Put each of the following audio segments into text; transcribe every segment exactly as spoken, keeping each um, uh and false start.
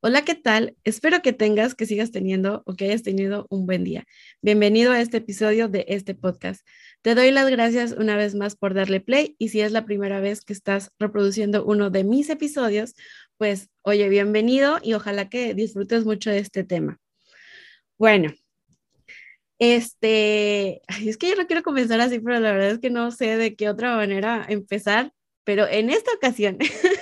Hola, ¿qué tal? Espero que tengas, que sigas teniendo o que hayas tenido un buen día. Bienvenido a este episodio de este podcast. Te doy las gracias una vez más por darle play y si es la primera vez que estás reproduciendo uno de mis episodios, pues oye, bienvenido y ojalá que disfrutes mucho de este tema. Bueno, este, ay, es que yo no quiero comenzar así, pero la verdad es que no sé de qué otra manera empezar, pero en esta ocasión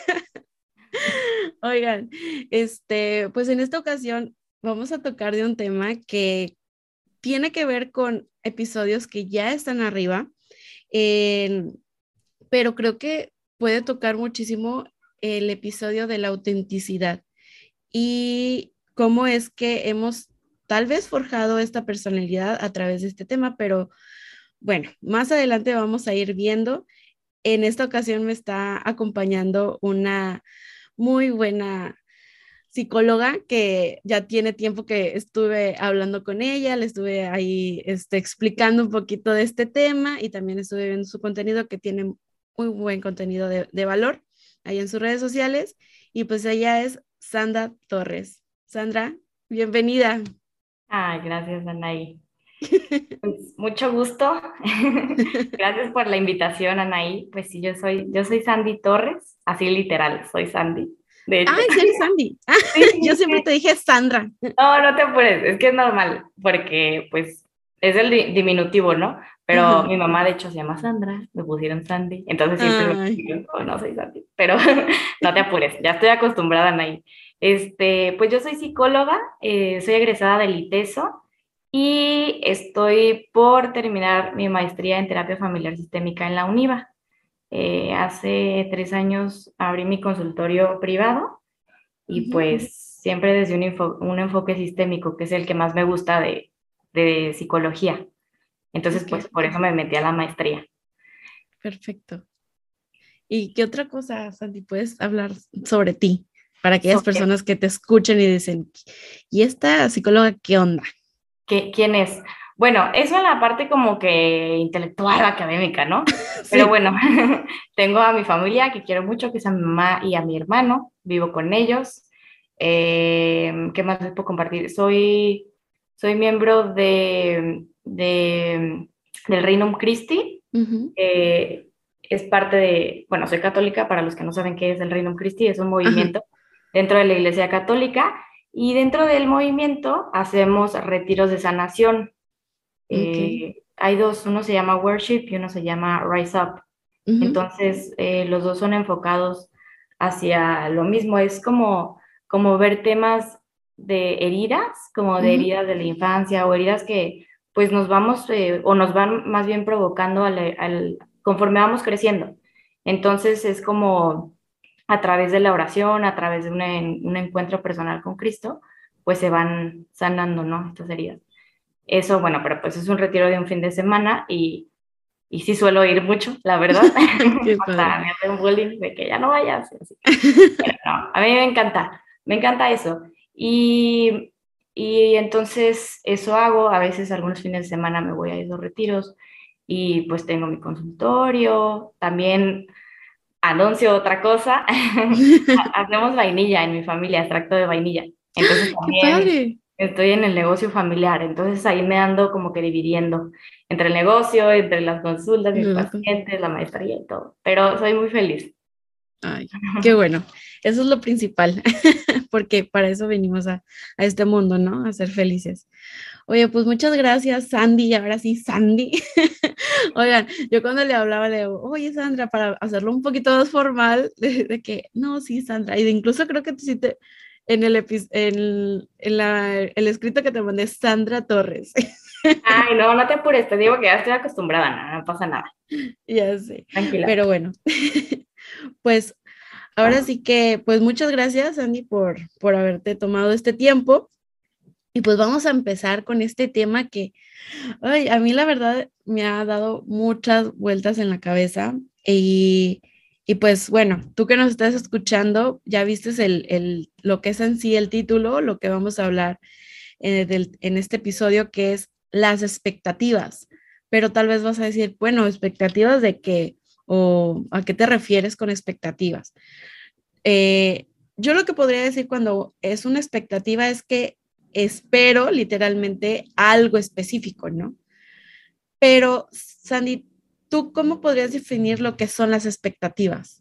Oigan, este, pues en esta ocasión vamos a tocar de un tema que tiene que ver con episodios que ya están arriba, eh, pero creo que puede tocar muchísimo el episodio de la autenticidad y cómo es que hemos tal vez forjado esta personalidad a través de este tema, pero bueno, más adelante vamos a ir viendo. En esta ocasión me está acompañando una muy buena psicóloga que ya tiene tiempo que estuve hablando con ella, le estuve ahí este, explicando un poquito de este tema y también estuve viendo su contenido que tiene muy buen contenido de, de valor ahí en sus redes sociales y pues ella es Sandra Torres. Sandra, bienvenida. Ah, gracias, Anaí. Pues mucho gusto. Gracias por la invitación, Anaí. Pues sí, yo soy, yo soy Sandy Torres, así literal, soy Sandy, de hecho. Ay, sí eres Sandy. Ah, Sí, yo sí, siempre te sí. dije Sandra. No, no te apures, es que es normal, porque pues es el di- diminutivo, ¿no? Pero Ajá. mi mamá de hecho se llama Sandra, me pusieron Sandy, entonces siempre me Ay, digo, oh, no soy Sandy, pero no te apures, ya estoy acostumbrada, Anaí. Este, pues yo soy psicóloga, eh, soy egresada del ITESO y estoy por terminar mi maestría en terapia familiar sistémica en la UNIVA. Eh, hace tres años abrí mi consultorio privado y ujú, pues siempre desde un, info- un enfoque sistémico, que es el que más me gusta de, de psicología. Entonces, ok, pues por eso me metí a la maestría. perfecto. ¿Y qué otra cosa, Sandy, puedes hablar sobre ti para aquellas Sobre personas que te escuchen y dicen, ¿y esta psicóloga qué onda? qué, quién es. Bueno, eso en la parte como que intelectual, académica, ¿no? Pero Sí. bueno, tengo a mi familia que quiero mucho, que es a mi mamá y a mi hermano, vivo con ellos. Eh, ¿qué más les puedo compartir? Soy, soy miembro de, de, del Reino Christi. Ujú, eh, es parte de, bueno, soy católica, para los que no saben qué es el Reino Christi, es un ajá, movimiento dentro de la Iglesia Católica y dentro del movimiento hacemos retiros de sanación. ok. Eh, hay dos, uno se llama Worship y uno se llama Rise Up. Ujú, Entonces, eh, los dos son enfocados hacia lo mismo, es como, como ver temas de heridas, como de ujú, heridas de la infancia o heridas que pues nos vamos eh, o nos van más bien provocando al, al, conforme vamos creciendo. Entonces es como a través de la oración, a través de un, un encuentro personal con Cristo, pues se van sanando, ¿no? Estas heridas. Eso, bueno, pero pues es un retiro de un fin de semana y y sí suelo ir mucho, la verdad. qué padre. Hasta me hacen bullying de que ya no vayas. Así. Pero no, a mí me encanta, me encanta eso. Y, y entonces eso hago, a veces algunos fines de semana me voy a esos retiros y pues tengo mi consultorio, también anuncio otra cosa, hacemos vainilla en mi familia, extracto de vainilla. Entonces Qué también padre. estoy en el negocio familiar, entonces ahí me ando como que dividiendo entre el negocio, entre las consultas, mis pacientes, la maestría y todo, pero soy muy feliz. Ay, qué bueno. Eso es lo principal, porque para eso venimos a, a este mundo, ¿no? A ser felices. Oye, pues muchas gracias, Sandy, y ahora sí, Sandy. Oigan, yo cuando le hablaba, le digo, oye, Sandra, para hacerlo un poquito más formal, de, de que, no, sí, Sandra, y de incluso creo que tú sí te, en el, epi- en, en la, el escrito que te mandé, Sandra Torres, Ay, no, no te apures, te digo que ya estoy acostumbrada, no, no pasa nada, ya sé, tranquila. pero bueno, pues ahora sí que, pues muchas gracias, Sandy, por, por haberte tomado este tiempo. Y pues vamos a empezar con este tema que, ay, a mí la verdad me ha dado muchas vueltas en la cabeza y, y pues bueno, tú que nos estás escuchando, ya viste el, el, lo que es en sí el título, lo que vamos a hablar eh, del- en este episodio, que es las expectativas, pero tal vez vas a decir, bueno, expectativas de qué o a qué te refieres con expectativas. Eh, yo lo que podría decir cuando es una expectativa es que espero literalmente algo específico, ¿no? Pero, Sandy, ¿tú cómo podrías definir lo que son las expectativas?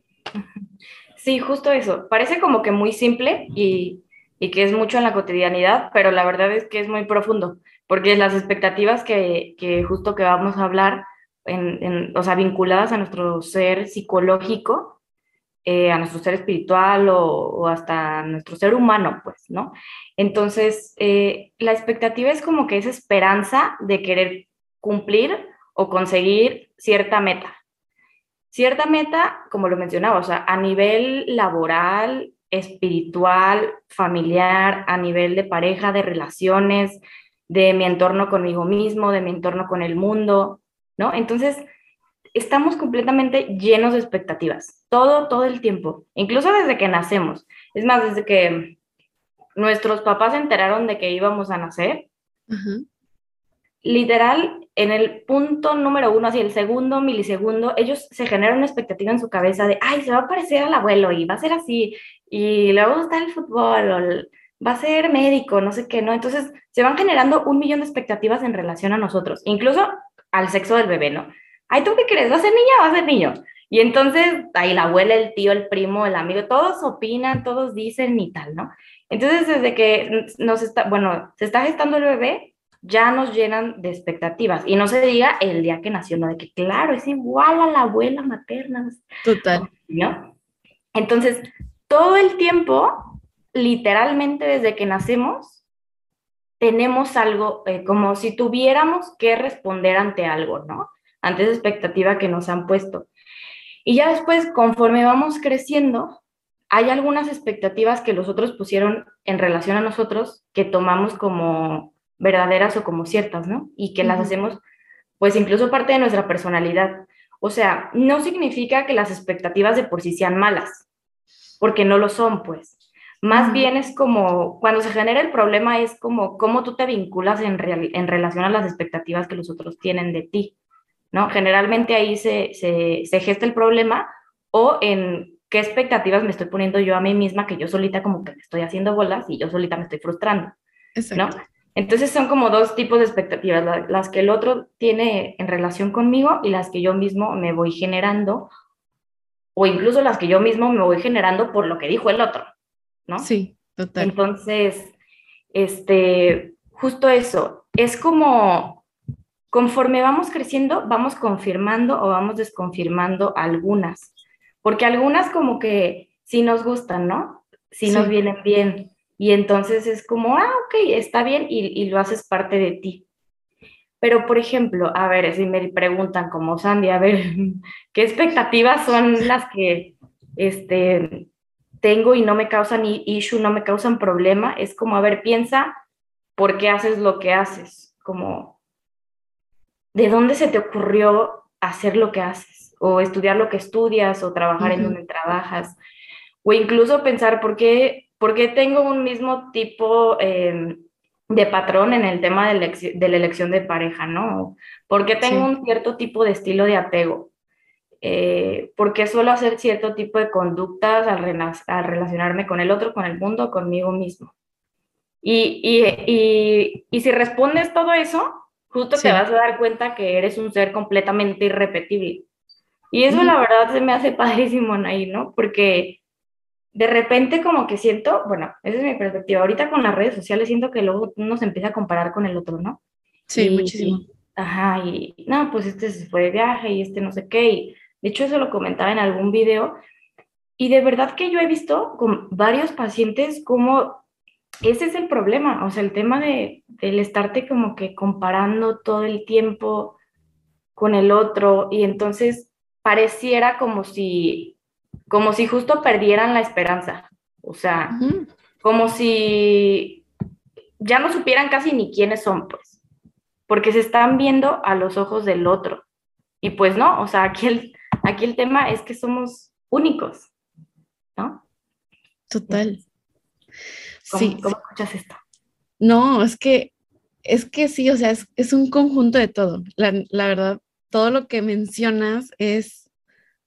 Sí, justo eso. Parece como que muy simple y, y que es mucho en la cotidianidad, pero la verdad es que es muy profundo, porque las expectativas que, que justo que vamos a hablar, en, en, o sea, vinculadas a nuestro ser psicológico, eh, a nuestro ser espiritual o, o, hasta nuestro ser humano, pues, ¿no? Entonces, eh, la expectativa es como que esa esperanza de querer cumplir o conseguir cierta meta. Cierta meta, como lo mencionaba, o sea, a nivel laboral, espiritual, familiar, a nivel de pareja, de relaciones, de mi entorno conmigo mismo, de mi entorno con el mundo, ¿no? Entonces, estamos completamente llenos de expectativas, todo, todo el tiempo, incluso desde que nacemos. Es más, desde que nuestros papás se enteraron de que íbamos a nacer, uh-huh. literal, en el punto número uno, así el segundo milisegundo, ellos se generan una expectativa en su cabeza de, ay, se va a parecer al abuelo y va a ser así, y le va a gustar el fútbol, o el, va a ser médico, no sé qué, ¿no? Entonces, se van generando un millón de expectativas en relación a nosotros, incluso al sexo del bebé, ¿no? Ay, ¿tú qué crees? ¿Va a ser niña o va a ser niño? Y entonces, ahí la abuela, el tío, el primo, el amigo, todos opinan, todos dicen y tal, ¿no? Entonces, desde que nos está, bueno, se está gestando el bebé, ya nos llenan de expectativas. Y no se diga el día que nació, ¿no? De que, claro, es igual a la abuela materna, Total. ¿no? Entonces, todo el tiempo, literalmente desde que nacemos, tenemos algo, eh, como si tuviéramos que responder ante algo, ¿no? Ante esa expectativa que nos han puesto. Y ya después, conforme vamos creciendo, hay algunas expectativas que los otros pusieron en relación a nosotros que tomamos como verdaderas o como ciertas, ¿no? Y que las Uh-huh. hacemos, pues, incluso parte de nuestra personalidad. O sea, no significa que las expectativas de por sí sean malas, porque no lo son, pues. Más Uh-huh. bien es como, cuando se genera el problema, es como cómo tú te vinculas en, real, en relación a las expectativas que los otros tienen de ti, ¿no? Generalmente ahí se, se, se gesta el problema, o en qué expectativas me estoy poniendo yo a mí misma, que yo solita como que me estoy haciendo bolas y yo solita me estoy frustrando, ¿no? Exacto. Entonces son como dos tipos de expectativas, la, las que el otro tiene en relación conmigo y las que yo mismo me voy generando, o incluso las que yo mismo me voy generando por lo que dijo el otro, ¿no? Sí, total. Entonces, este, justo eso, es como conforme vamos creciendo, vamos confirmando o vamos desconfirmando algunas, porque algunas como que sí nos gustan, ¿no? Sí nos Sí. vienen bien, y entonces es como, ah, ok, está bien, y, y lo haces parte de ti. Pero, por ejemplo, a ver, si me preguntan como Sandy, a ver, ¿qué expectativas son las que este, tengo y no me causan issue, no me causan problema? Es como, a ver, piensa por qué haces lo que haces, como, ¿de dónde se te ocurrió hacer lo que haces? O estudiar lo que estudias, o trabajar en Uh-huh. donde trabajas, o incluso pensar por qué, por qué tengo un mismo tipo eh, de patrón en el tema de, elec- de la elección de pareja, ¿no? ¿Por qué tengo Sí. un cierto tipo de estilo de apego? Eh, ¿por qué suelo hacer cierto tipo de conductas al, rela- al relacionarme con el otro, con el mundo, conmigo mismo? Y, y, y, y si respondes todo eso, justo te Sí. vas a dar cuenta que eres un ser completamente irrepetible. Y eso Uh-huh. la verdad se me hace padrísimo, Anaí, ¿no? Porque de repente como que siento, bueno, esa es mi perspectiva, ahorita con las redes sociales siento que luego uno se empieza a comparar con el otro, ¿no? Sí, Y, muchísimo. y ajá, y no, pues este se fue de viaje y este no sé qué, y de hecho eso lo comentaba en algún video, y de verdad que yo he visto con varios pacientes cómo ese es el problema, o sea, el tema de, del estarte como que comparando todo el tiempo con el otro, y entonces pareciera como si, como si justo perdieran la esperanza, o sea, Uh-huh. como si ya no supieran casi ni quiénes son, pues, porque se están viendo a los ojos del otro, y pues no, o sea, aquí el, aquí el tema es que somos únicos, ¿no? Total. Entonces, Sí, ¿cómo, sí. cómo escuchas esto? No, es que, es que sí, o sea, es, es un conjunto de todo. La, la verdad, todo lo que mencionas es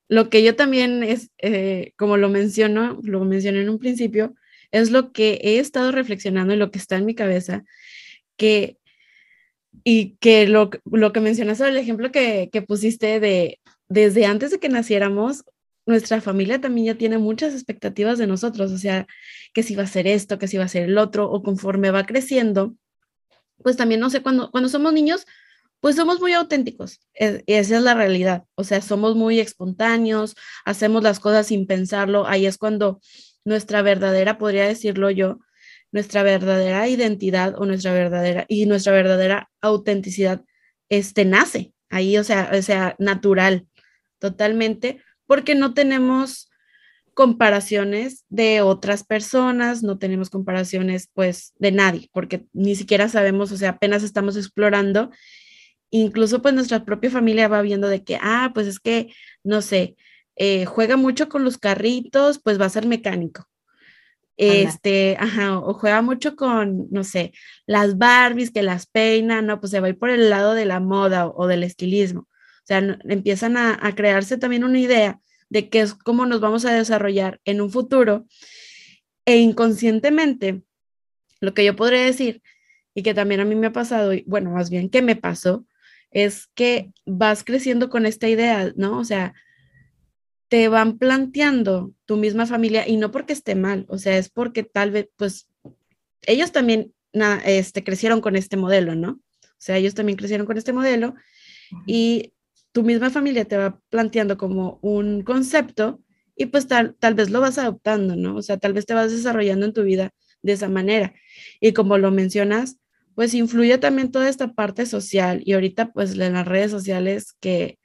lo que yo también es, eh, como lo menciono, lo mencioné en un principio, es lo que he estado reflexionando y lo que está en mi cabeza, que, y que lo, lo que mencionaste, el ejemplo que, que pusiste de desde antes de que naciéramos, nuestra familia también ya tiene muchas expectativas de nosotros, o sea, que si va a ser esto, que si va a ser el otro, o conforme va creciendo, pues también no sé, cuando, cuando somos niños, pues somos muy auténticos, es- esa es la realidad, o sea, somos muy espontáneos, hacemos las cosas sin pensarlo, ahí es cuando nuestra verdadera, podría decirlo yo, nuestra verdadera identidad o nuestra verdadera y nuestra verdadera autenticidad este nace ahí, o sea, o sea, natural, totalmente, porque no tenemos comparaciones de otras personas, no tenemos comparaciones pues de nadie, porque ni siquiera sabemos, o sea, apenas estamos explorando. Incluso pues nuestra propia familia va viendo de que, ah, pues es que, no sé, eh, juega mucho con los carritos, pues va a ser mecánico. Anda. Este, ajá, o juega mucho con, no sé, las Barbies que las peinan, no, pues se va a ir por el lado de la moda o, o del estilismo. O sea, no- empiezan a, a crearse también una idea de qué es cómo nos vamos a desarrollar en un futuro e inconscientemente, lo que yo podría decir y que también a mí me ha pasado, y bueno, más bien que me pasó, es que vas creciendo con esta idea, ¿no? O sea, te van planteando tu misma familia y no porque esté mal, o sea, es porque tal vez, pues, ellos también na- este, crecieron con este modelo, ¿no? O sea, ellos también crecieron con este modelo y tu misma familia te va planteando como un concepto y pues tal, tal vez lo vas adoptando, ¿no? O sea, tal vez te vas desarrollando en tu vida de esa manera. Y como lo mencionas, pues influye también toda esta parte social y ahorita pues en las redes sociales que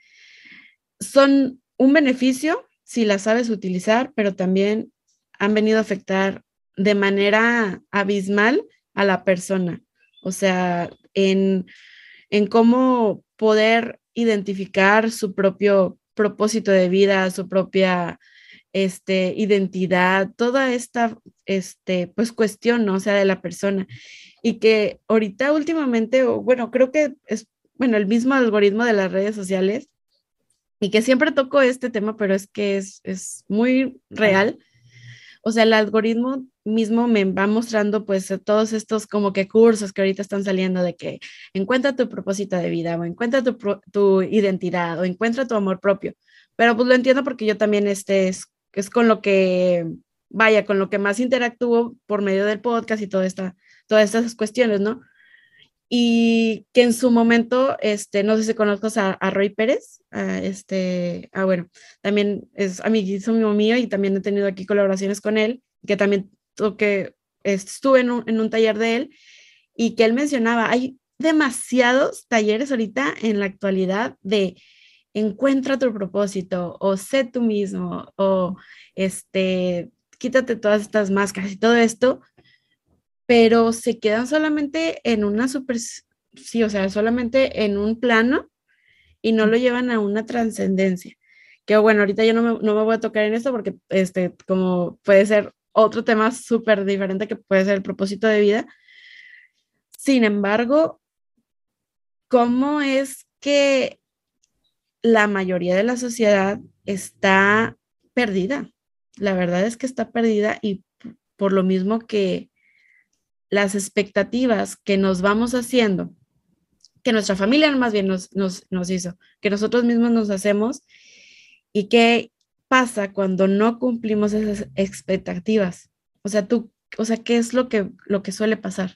son un beneficio si las sabes utilizar, pero también han venido a afectar de manera abismal a la persona. O sea, en, en cómo poder identificar su propio propósito de vida, su propia este, identidad, toda esta este, pues cuestión, ¿no? O sea, de la persona. Y que ahorita últimamente, o bueno, creo que es, bueno, el mismo algoritmo de las redes sociales y que siempre toco este tema, pero es que es, es muy real. O sea, el algoritmo mismo me va mostrando pues todos estos como que cursos que ahorita están saliendo de que encuentra tu propósito de vida o encuentra tu, pro- tu identidad o encuentra tu amor propio. Pero pues lo entiendo porque yo también este es, es con lo que, vaya, con lo que más interactúo por medio del podcast y toda esta, todas estas cuestiones, ¿no? Y que en su momento, este, no sé si conozcas a, a Roy Pérez, a este, ah, bueno, también es amiguísimo mío y también he tenido aquí colaboraciones con él, que también toqué, estuve en un, en un taller de él y que él mencionaba, hay demasiados talleres ahorita en la actualidad de encuentra tu propósito o sé tú mismo o este, quítate todas estas máscaras y todo esto, pero se quedan solamente en una super, sí, o sea, solamente en un plano y no lo llevan a una trascendencia. Que bueno, ahorita yo no me, no me voy a tocar en esto porque, este, como puede ser otro tema súper diferente que puede ser el propósito de vida. Sin embargo, ¿cómo es que la mayoría de la sociedad está perdida? La verdad es que está perdida y por lo mismo que las expectativas que nos vamos haciendo que nuestra familia más bien nos, nos, nos hizo, que nosotros mismos nos hacemos y qué pasa cuando no cumplimos esas expectativas. O sea, tú, o sea, ¿qué es lo que, lo que suele pasar?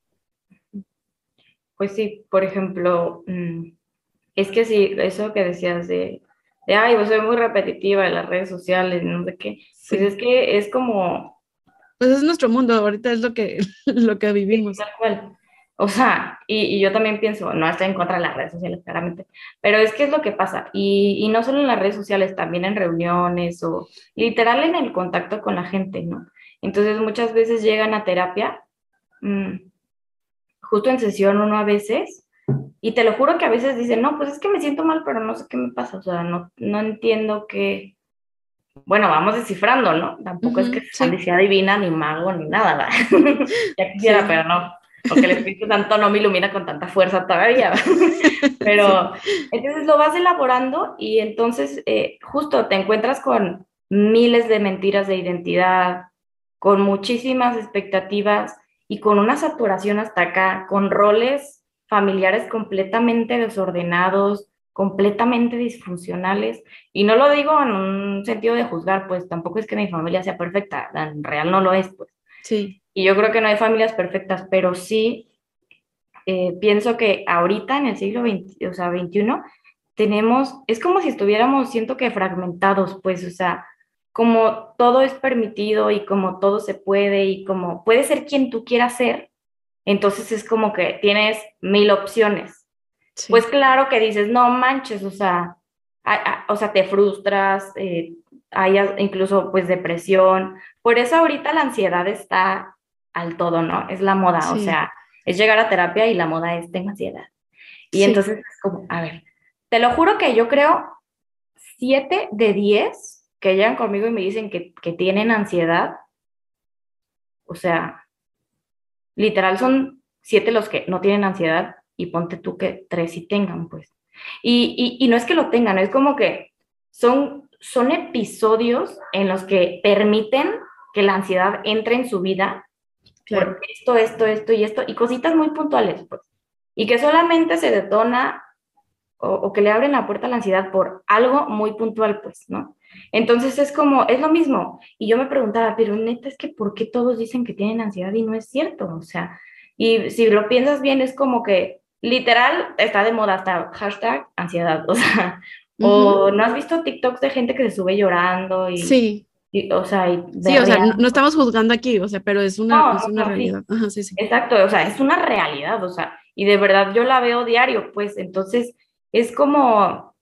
Pues sí, por ejemplo, mm, es que sí, eso que decías de, de ay, pues soy muy repetitiva en las redes sociales, no sé qué, pues Sí, es que es como, pues es nuestro mundo, ahorita es lo que, lo que sí, vivimos. tal cual. O sea, y, y yo también pienso, no estoy en contra de las redes sociales, claramente, pero es que es lo que pasa, y, y no solo en las redes sociales, también en reuniones o literal en el contacto con la gente, ¿no? Entonces muchas veces llegan a terapia, mmm, justo en sesión uno a veces, y te lo juro que a veces dicen, no, pues es que me siento mal, pero no sé qué me pasa, o sea, no, no entiendo qué, bueno, vamos descifrando, ¿no? Tampoco es que Ujú, sea sí, sea divina, ni mago, ni nada, ¿verdad? Ya quisiera, sí, pero no. o que el Espíritu Santo no me ilumina con tanta fuerza todavía. Pero sí. entonces lo vas elaborando y entonces eh, justo te encuentras con miles de mentiras de identidad, con muchísimas expectativas y con una saturación hasta acá, con roles familiares completamente desordenados, completamente disfuncionales. Y no lo digo en un sentido de juzgar, pues tampoco es que mi familia sea perfecta, en real no lo es, pues. Sí, Y yo creo que no hay familias perfectas, pero sí eh, pienso que ahorita en el siglo veinte, o sea, veintiuno, tenemos, es como si estuviéramos, siento que fragmentados, pues, o sea, como todo es permitido y como todo se puede y como puedes ser quien tú quieras ser, entonces es como que tienes mil opciones. Pues sí, claro que dices, no manches, o sea, a- a- o sea, te frustras, eh, hay a- incluso pues depresión. Por eso ahorita la ansiedad está al todo, ¿no? Es la moda, o sí, sea, es llegar a terapia y la moda es tengo ansiedad. Y sí. entonces es como, a ver, te lo juro que yo creo siete de diez que llegan conmigo y me dicen que, que tienen ansiedad, o sea, literal son siete los que no tienen ansiedad y ponte tú que tres sí tengan, pues. Y, y, y no es que lo tengan, es como que son, son episodios en los que permiten que la ansiedad entre en su vida Claro. por esto, esto, esto y esto, y cositas muy puntuales, pues. Y que solamente se detona o, o que le abren la puerta a la ansiedad por algo muy puntual, pues, ¿no? Entonces es como, es lo mismo. Y yo me preguntaba, pero neta, es que ¿por qué todos dicen que tienen ansiedad y no es cierto? O sea, y si lo piensas bien, es como que literal está de moda hasta hashtag ansiedad, o sea, Ujú. o no has visto TikToks de gente que se sube llorando y, Sí, y o sea, y sí, o sea, no, berreando. no estamos juzgando aquí, o sea, pero es una, No, es no, una no, realidad. sí. Ajá, sí, sí. Exacto, o sea, es una realidad, o sea, y de verdad yo la veo diario, pues entonces es como,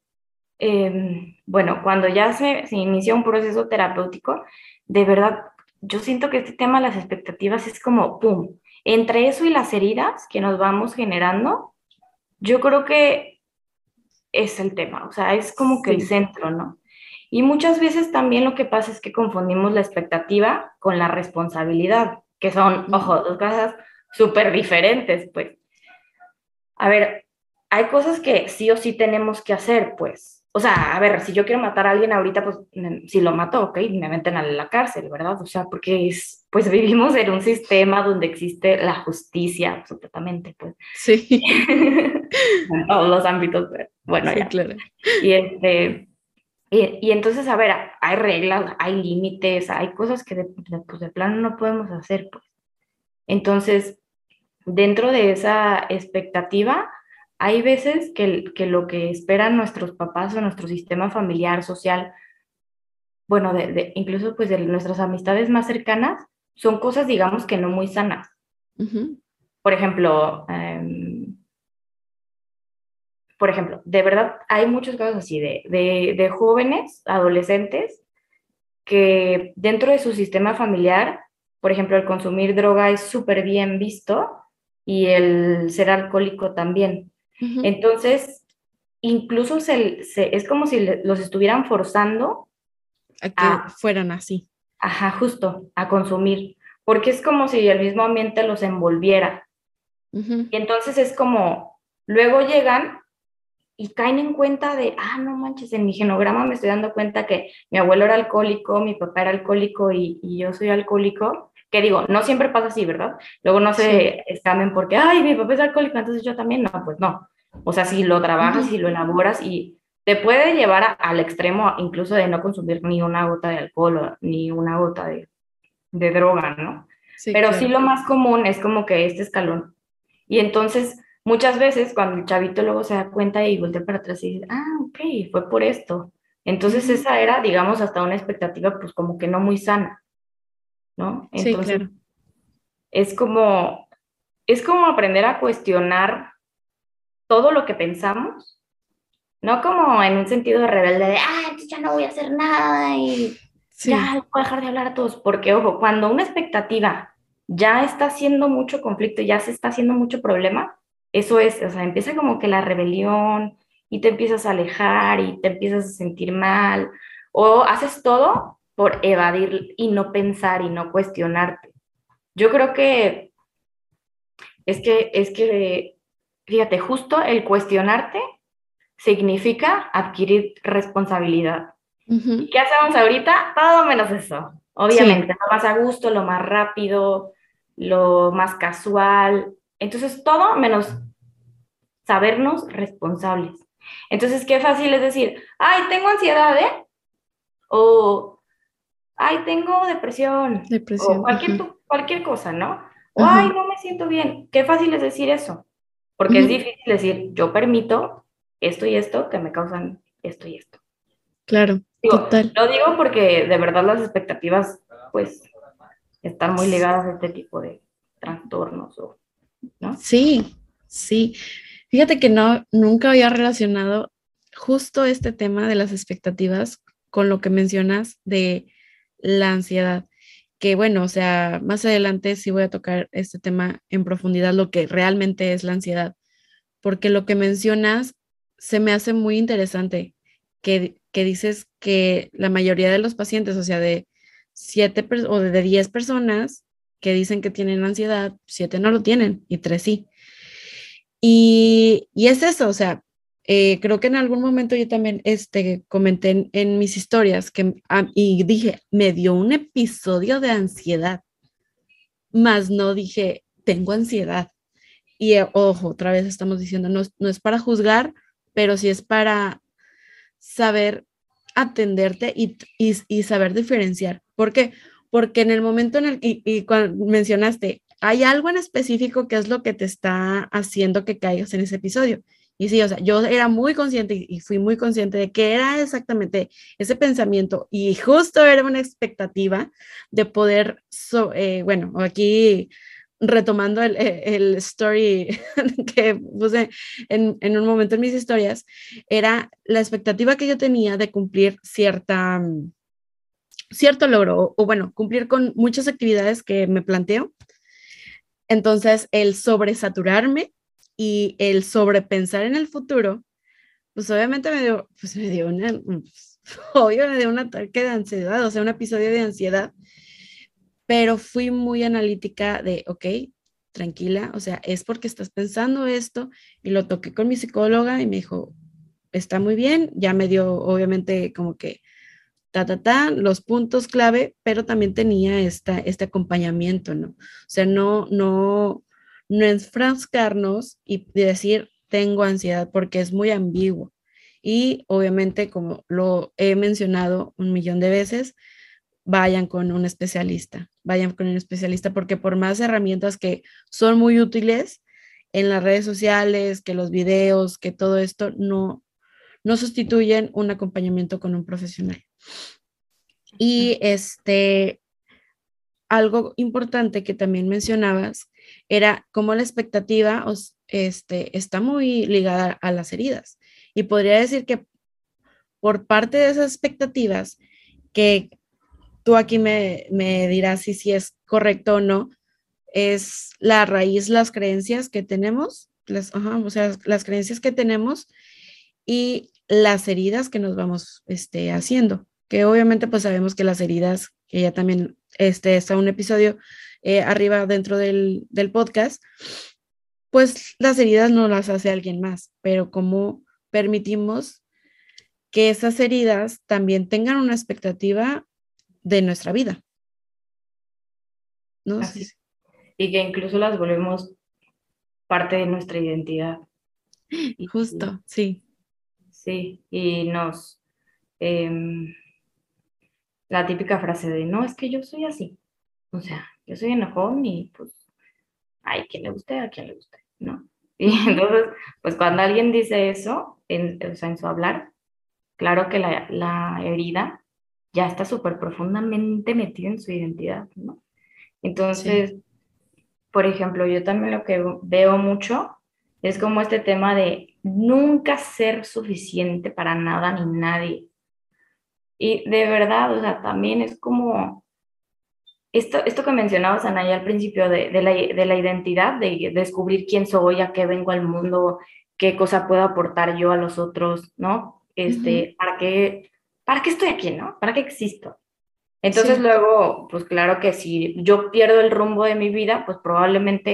eh, bueno, cuando ya se, se inicia un proceso terapéutico, de verdad, yo siento que este tema de las expectativas es como, ¡pum! Entre eso y las heridas que nos vamos generando, yo creo que es el tema, o sea, es como que el Sí. centro, ¿no? Y muchas veces también lo que pasa es que confundimos la expectativa con la responsabilidad, que son, Ujú. ojo, dos cosas súper diferentes, pues. A ver, hay cosas que sí o sí tenemos que hacer, pues. O sea, a ver, si yo quiero matar a alguien ahorita, pues me- si lo mato, ok, me meten a la cárcel, ¿verdad? O sea, porque es, pues vivimos en un sistema donde existe la justicia, absolutamente, pues. Sí, En todos los ámbitos, pero bueno, sí, ya. claro. Y este, y, y entonces, a ver, hay reglas, hay límites, hay cosas que de, de- pues de plano no podemos hacer, pues. Entonces, dentro de esa expectativa, hay veces que, el- que lo que esperan nuestros papás o nuestro sistema familiar, social, bueno, de, de- incluso pues de nuestras amistades más cercanas, son cosas, digamos, que no muy sanas. Ujú. Por ejemplo, em, por ejemplo, de verdad hay muchos casos así de, de, de jóvenes, adolescentes, que dentro de su sistema familiar, por ejemplo, el consumir droga es súper bien visto y el ser alcohólico también. Ujú. Entonces, incluso se, se- es como si le- los estuvieran forzando A que a, fueran así. ajá, justo, a consumir, porque es como si el mismo ambiente los envolviera. Ujú. Y entonces es como, luego llegan y caen en cuenta de, ah, no manches, en mi genograma me estoy dando cuenta que mi abuelo era alcohólico, mi papá era alcohólico y, y yo soy alcohólico. Que digo, no siempre pasa así, ¿verdad? Luego no Sí. se escamen porque, ay, mi papá es alcohólico, entonces yo también. No, pues no. O sea, si lo trabajas Ujú. y lo elaboras y te puede llevar a- al extremo incluso de no consumir ni una gota de alcohol o ni una gota de, de droga, ¿no? Sí, Pero sí claro. lo más común es como que este escalón. Y entonces, muchas veces cuando el chavito luego se da cuenta y voltea para atrás y dice, ah, ok, fue por esto. Entonces Ujú. esa era, digamos, hasta una expectativa pues como que no muy sana, ¿no? Sí, Entonces claro. es como, es como aprender a cuestionar todo lo que pensamos, no como en un sentido de rebelde de, ah, entonces ya no voy a hacer nada y Sí, ya voy a dejar de hablar a todos, porque ojo, cuando una expectativa ya está haciendo mucho conflicto, ya se está haciendo mucho problema, eso es, o sea, empieza como que la rebelión y te empiezas a alejar y te empiezas a sentir mal, o haces todo por evadir y no pensar y no cuestionarte. Yo creo que Es que, es que, fíjate, justo el cuestionarte significa adquirir responsabilidad. ¿Y Ujú. qué hacemos ahorita? Todo menos eso. Sí, Obviamente, lo más a gusto, lo más rápido, lo más casual. Entonces, todo menos sabernos responsables. Entonces, qué fácil es decir, ay, tengo ansiedad, ¿eh? O, ay, tengo depresión, o depresión. cualquier, Ajá, cualquier cosa, ¿no? O, ay, ajá. no me siento bien. Qué fácil es decir eso, porque es Ujú. difícil decir, yo permito esto y esto que me causan esto y esto. Claro, Digo, total. lo digo porque de verdad las expectativas, pues, están muy ligadas a este tipo de trastornos, o, ¿no? Sí, sí. Fíjate que no, nunca había relacionado justo este tema de las expectativas con lo que mencionas de la ansiedad. Que bueno, o sea, más adelante sí voy a tocar este tema en profundidad, lo que realmente es la ansiedad, porque lo que mencionas se me hace muy interesante, que, que dices que la mayoría de los pacientes, o sea, de siete pers- o de diez personas que dicen que tienen ansiedad, siete no lo tienen y tres sí. Y, y es eso, o sea, eh, creo que en algún momento yo también este, comenté en, en mis historias que, ah, y dije, me dio un episodio de ansiedad, más no dije, tengo ansiedad. Y eh, ojo, otra vez estamos diciendo, no, es- no es para juzgar, pero sí es para saber atenderte y, y, y saber diferenciar. ¿Por qué? Porque en el momento en el y, y cuando mencionaste, hay algo en específico que es lo que te está haciendo que caigas en ese episodio. Y sí, o sea, yo era muy consciente y, y fui muy consciente de que era exactamente ese pensamiento y justo era una expectativa de poder, so, eh, bueno, aquí retomando el, el story que puse en, en un momento en mis historias, era la expectativa que yo tenía de cumplir cierta, mm, cierto logro o, o, bueno, cumplir con muchas actividades que me planteo. Entonces, el sobresaturarme y el sobrepensar en el futuro, pues obviamente me dio, pues me dio una, pues, obvio me dio un ataque de ansiedad, o sea, un episodio de ansiedad, pero fui muy analítica de, ok, tranquila, o sea, es porque estás pensando esto y lo toqué con mi psicóloga y me dijo, está muy bien, ya me dio obviamente como que ta, ta, ta, los puntos clave, pero también tenía esta, este acompañamiento, ¿no? O sea, no, no, no enfrascarnos y decir, tengo ansiedad, porque es muy ambiguo. Y obviamente, como lo he mencionado un millón de veces, vayan con un especialista, vayan con un especialista, porque por más herramientas que son muy útiles en las redes sociales, que los videos, que todo esto, no, no sustituyen un acompañamiento con un profesional. Y este, algo importante que también mencionabas era cómo la expectativa os- este, está muy ligada a las heridas. Y podría decir que por parte de esas expectativas, que tú aquí me, me dirás si, si es correcto o no, es la raíz, las creencias que tenemos, las, ajá, o sea, las creencias que tenemos y las heridas que nos vamos este, haciendo, que obviamente pues sabemos que las heridas, que ya también este, está un episodio eh, arriba dentro del, del podcast, pues las heridas no las hace alguien más, pero como permitimos que esas heridas también tengan una expectativa de nuestra vida, ¿no? Sí, Así. Y que incluso las volvemos parte de nuestra identidad. Y, y- justo, sí, sí, y nos, eh, la típica frase de, no, es que yo soy así. O sea, yo soy enojón y pues, hay quien le guste, a quien le guste, ¿no? Y ujú, entonces, pues cuando alguien dice eso, en, o sea, en su hablar, claro que la, la herida ya está súper profundamente metida en su identidad, ¿no? sí, Entonces, por ejemplo, yo también lo que veo mucho es como este tema de nunca ser suficiente para nada ni nadie. Y de verdad, o sea, también es como esto, esto que mencionabas, Anaya, al principio de, de, la, de la identidad, de descubrir quién soy, a qué vengo al mundo, qué cosa puedo aportar yo a los otros, ¿no? ujú, Este, ¿para qué, para qué estoy aquí, ¿no? ¿Para qué existo? Entonces sí, luego, pues claro que si yo pierdo el rumbo de mi vida, pues probablemente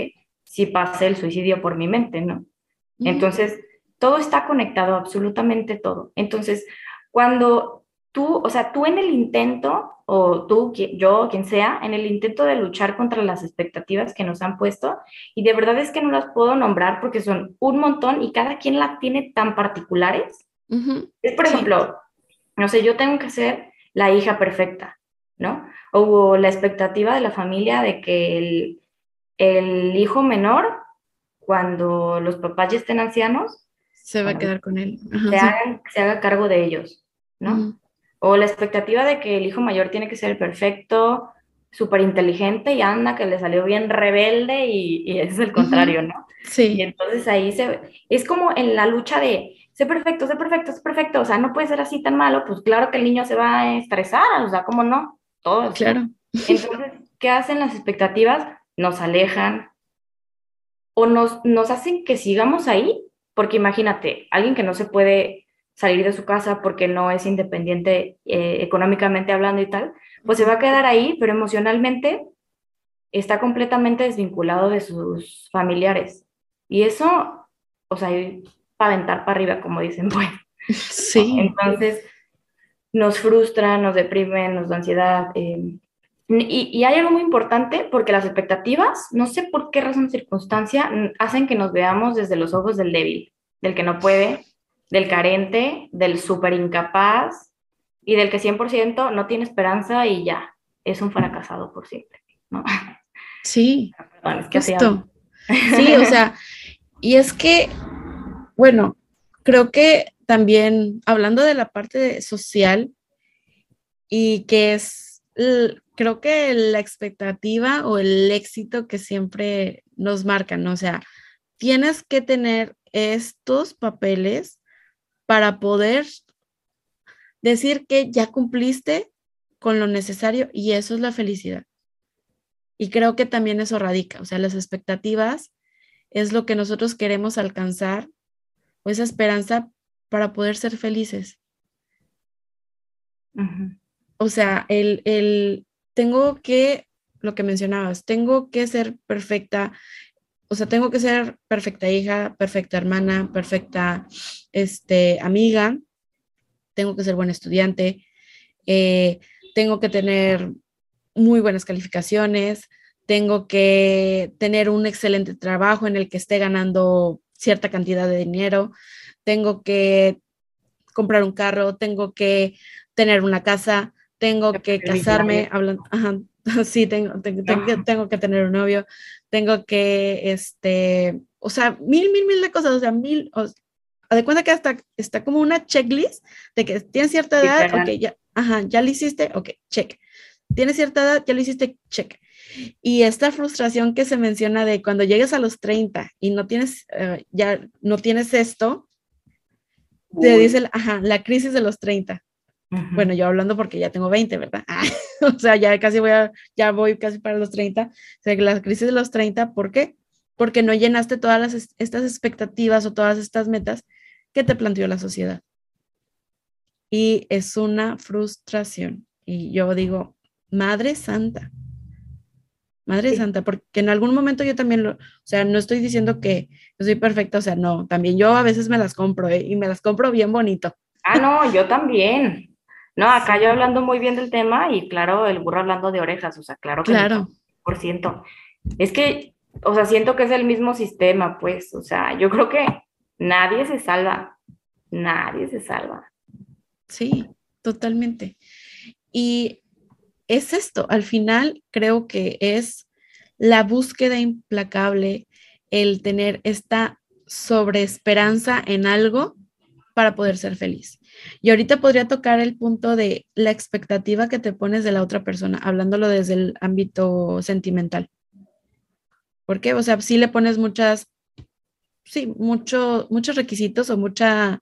si pase el suicidio por mi mente, ¿no? Ujú. Entonces, todo está conectado, absolutamente todo. Entonces, cuando tú, o sea, tú en el intento, o tú, qui- yo, quien sea, en el intento de luchar contra las expectativas que nos han puesto, y de verdad es que no las puedo nombrar porque son un montón y cada quien las tiene tan particulares. Ujú. Es, por Sí, ejemplo, no sé, yo tengo que ser la hija perfecta, ¿no? O la expectativa de la familia de que el, el hijo menor, cuando los papás ya estén ancianos, se va a quedar con él. Ajá, se, sí. hagan- se haga cargo de ellos, ¿no? Ujú. O la expectativa de que el hijo mayor tiene que ser perfecto, súper inteligente y anda, que le salió bien rebelde y, y es el Ujú. contrario, ¿no? Y Sí, entonces ahí se, es como en la lucha de, sé perfecto, sé perfecto, sé perfecto, o sea, no puede ser así tan malo, pues claro que el niño se va a estresar, o sea, ¿cómo no? Todos, ¿no? claro. Entonces, ¿qué hacen las expectativas? Nos alejan, o nos, nos hacen que sigamos ahí, porque imagínate, alguien que no se puede salir de su casa porque no es independiente eh, económicamente hablando y tal, pues se va Ujú. a quedar ahí, pero emocionalmente está completamente desvinculado de sus familiares. Y eso, o sea, para aventar para arriba, como dicen, pues. ¿No? Sí, Entonces, nos frustra, nos deprime, nos da ansiedad. Eh, y, y, hay algo muy importante porque las expectativas, no sé por qué razón o circunstancia, hacen que nos veamos desde los ojos del débil, del que no puede, del carente, del súper incapaz y del que cien por ciento no tiene esperanza y ya, es un fracasado por siempre, ¿no? sí, Perdón, es que así hablo. justo. Sí, o sea, y es que, bueno, creo que también hablando de la parte social y que es, l- creo que la expectativa o el éxito que siempre nos marcan, ¿no? O sea, tienes que tener estos papeles para poder decir que ya cumpliste con lo necesario y eso es la felicidad. Y creo que también eso radica, o sea, las expectativas es lo que nosotros queremos alcanzar o esa esperanza para poder ser felices. Uh -huh. O sea, el, el, tengo que, lo que mencionabas, tengo que ser perfecta, o sea, tengo que ser perfecta hija, perfecta hermana, perfecta, este, amiga, tengo que ser buena estudiante, eh, tengo que tener muy buenas calificaciones, tengo que tener un excelente trabajo en el que esté ganando cierta cantidad de dinero, tengo que comprar un carro, tengo que tener una casa, tengo que casarme, hablando, ajá, sí, tengo, tengo, tengo, tengo que tener un novio, tengo que, este, o sea, mil, mil, mil de cosas, o sea, mil, o, de cuenta que hasta está como una checklist de que tienes cierta edad, ok, ya, ajá, ya lo hiciste, ok, check. Tienes cierta edad, ya lo hiciste, check. Y esta frustración que se menciona de cuando llegues a los treinta y no tienes, uh, ya no tienes esto, te dice, ajá, la crisis de los treinta. Uh-huh. Bueno, yo hablando porque ya tengo veinte, ¿verdad? Ah, o sea, ya casi voy a, ya voy casi para los treinta. O sea, la crisis de los treinta, ¿por qué? Porque no llenaste todas las, estas expectativas o todas estas metas que te planteó la sociedad. Y es una frustración. Y yo digo, Madre Santa, Madre sí. Santa, porque en algún momento yo también lo, o sea, no estoy diciendo que yo soy perfecta, o sea, no, también yo a veces me las compro, ¿eh? Y me las compro bien bonito. Ah, no, yo también. No, acá sí. Yo hablando muy bien del tema y claro, el burro hablando de orejas, o sea, claro que claro. por ciento. Es que, o sea, siento que es el mismo sistema, pues, o sea, yo creo que nadie se salva, nadie se salva. Sí, totalmente. Y es esto, al final creo que es la búsqueda implacable, el tener esta sobreesperanza en algo para poder ser feliz. Y ahorita podría tocar el punto de la expectativa que te pones de la otra persona, hablándolo desde el ámbito sentimental. ¿Por qué? O sea, sí le pones muchas, sí, mucho, muchos requisitos o mucha,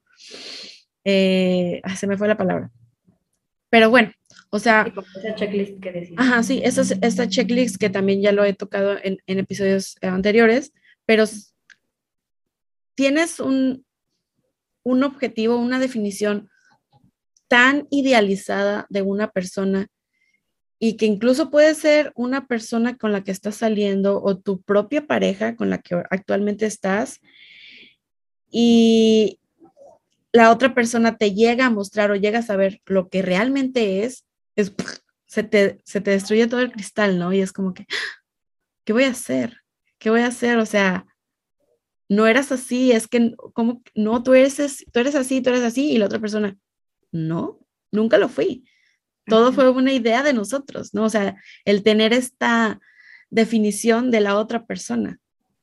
eh, se me fue la palabra. Pero bueno, o sea... Sí, como esa checklist que decía. Ajá, sí, esta, esta checklist que también ya lo he tocado en, en episodios anteriores, pero tienes un, un objetivo, una definición tan idealizada de una persona y que incluso puede ser una persona con la que estás saliendo o tu propia pareja con la que actualmente estás y la otra persona te llega a mostrar o llega a saber lo que realmente es, es se te, se te destruye todo el cristal, ¿no? Y es como que, ¿qué voy a hacer? ¿Qué voy a hacer? O sea, no eras así, es que, como, no, tú eres, tú eres así, tú eres así, y la otra persona, no, nunca lo fui. Todo Ujú. fue una idea de nosotros, ¿no? O sea, el tener esta definición de la otra persona.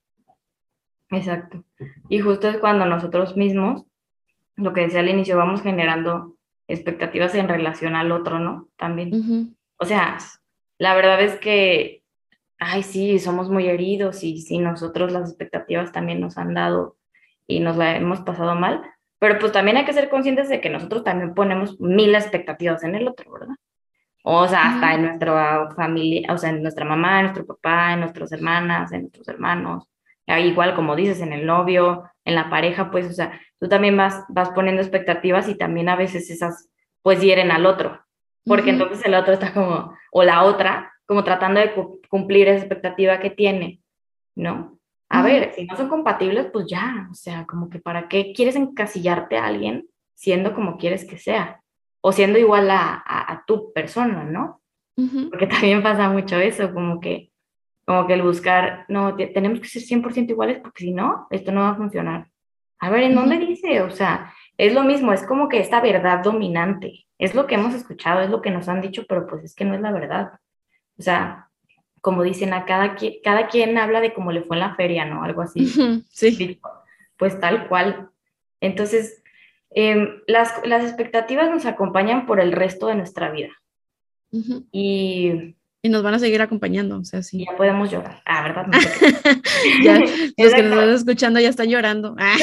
Exacto. Y justo es cuando nosotros mismos, lo que decía al inicio, vamos generando expectativas en relación al otro, ¿no? También. Ujú, O sea, la verdad es que, ay, sí, somos muy heridos y sí, nosotros las expectativas también nos han dado y nos la hemos pasado mal, pero pues también hay que ser conscientes de que nosotros también ponemos mil expectativas en el otro, ¿verdad? O sea, hasta ujú, en nuestra familia, o sea, en nuestra mamá, en nuestro papá, en nuestras hermanas, en nuestros hermanos, ah, igual como dices, en el novio, en la pareja, pues, o sea, tú también vas, vas poniendo expectativas y también a veces esas, pues, hieren al otro, porque ujú, entonces el otro está como, o la otra, como tratando de cu- cumplir esa expectativa que tiene, ¿no? A ujú, ver, si no son compatibles, pues ya, o sea, como que para qué quieres encasillarte a alguien siendo como quieres que sea o siendo igual a, a, a tu persona, ¿no? ujú, Porque también pasa mucho eso, como que, como que el buscar, no, te- tenemos que ser cien por ciento iguales porque si no, esto no va a funcionar. A ver, ¿en dónde ujú, dice? O sea, es lo mismo, es como que esta verdad dominante, es lo que hemos escuchado, es lo que nos han dicho, pero pues es que no es la verdad. O sea, como dicen, a cada, quien- cada quien habla de cómo le fue en la feria, ¿no? Algo así, ujú, sí. dicho, pues tal cual. Entonces, em, las, las expectativas nos acompañan por el resto de nuestra vida Ujú. y Y nos van a seguir acompañando, o sea, sí. ya podemos llorar. Ah, ¿verdad? No te creas. Ya, los que nos están Exacto. escuchando ya están llorando. Ah.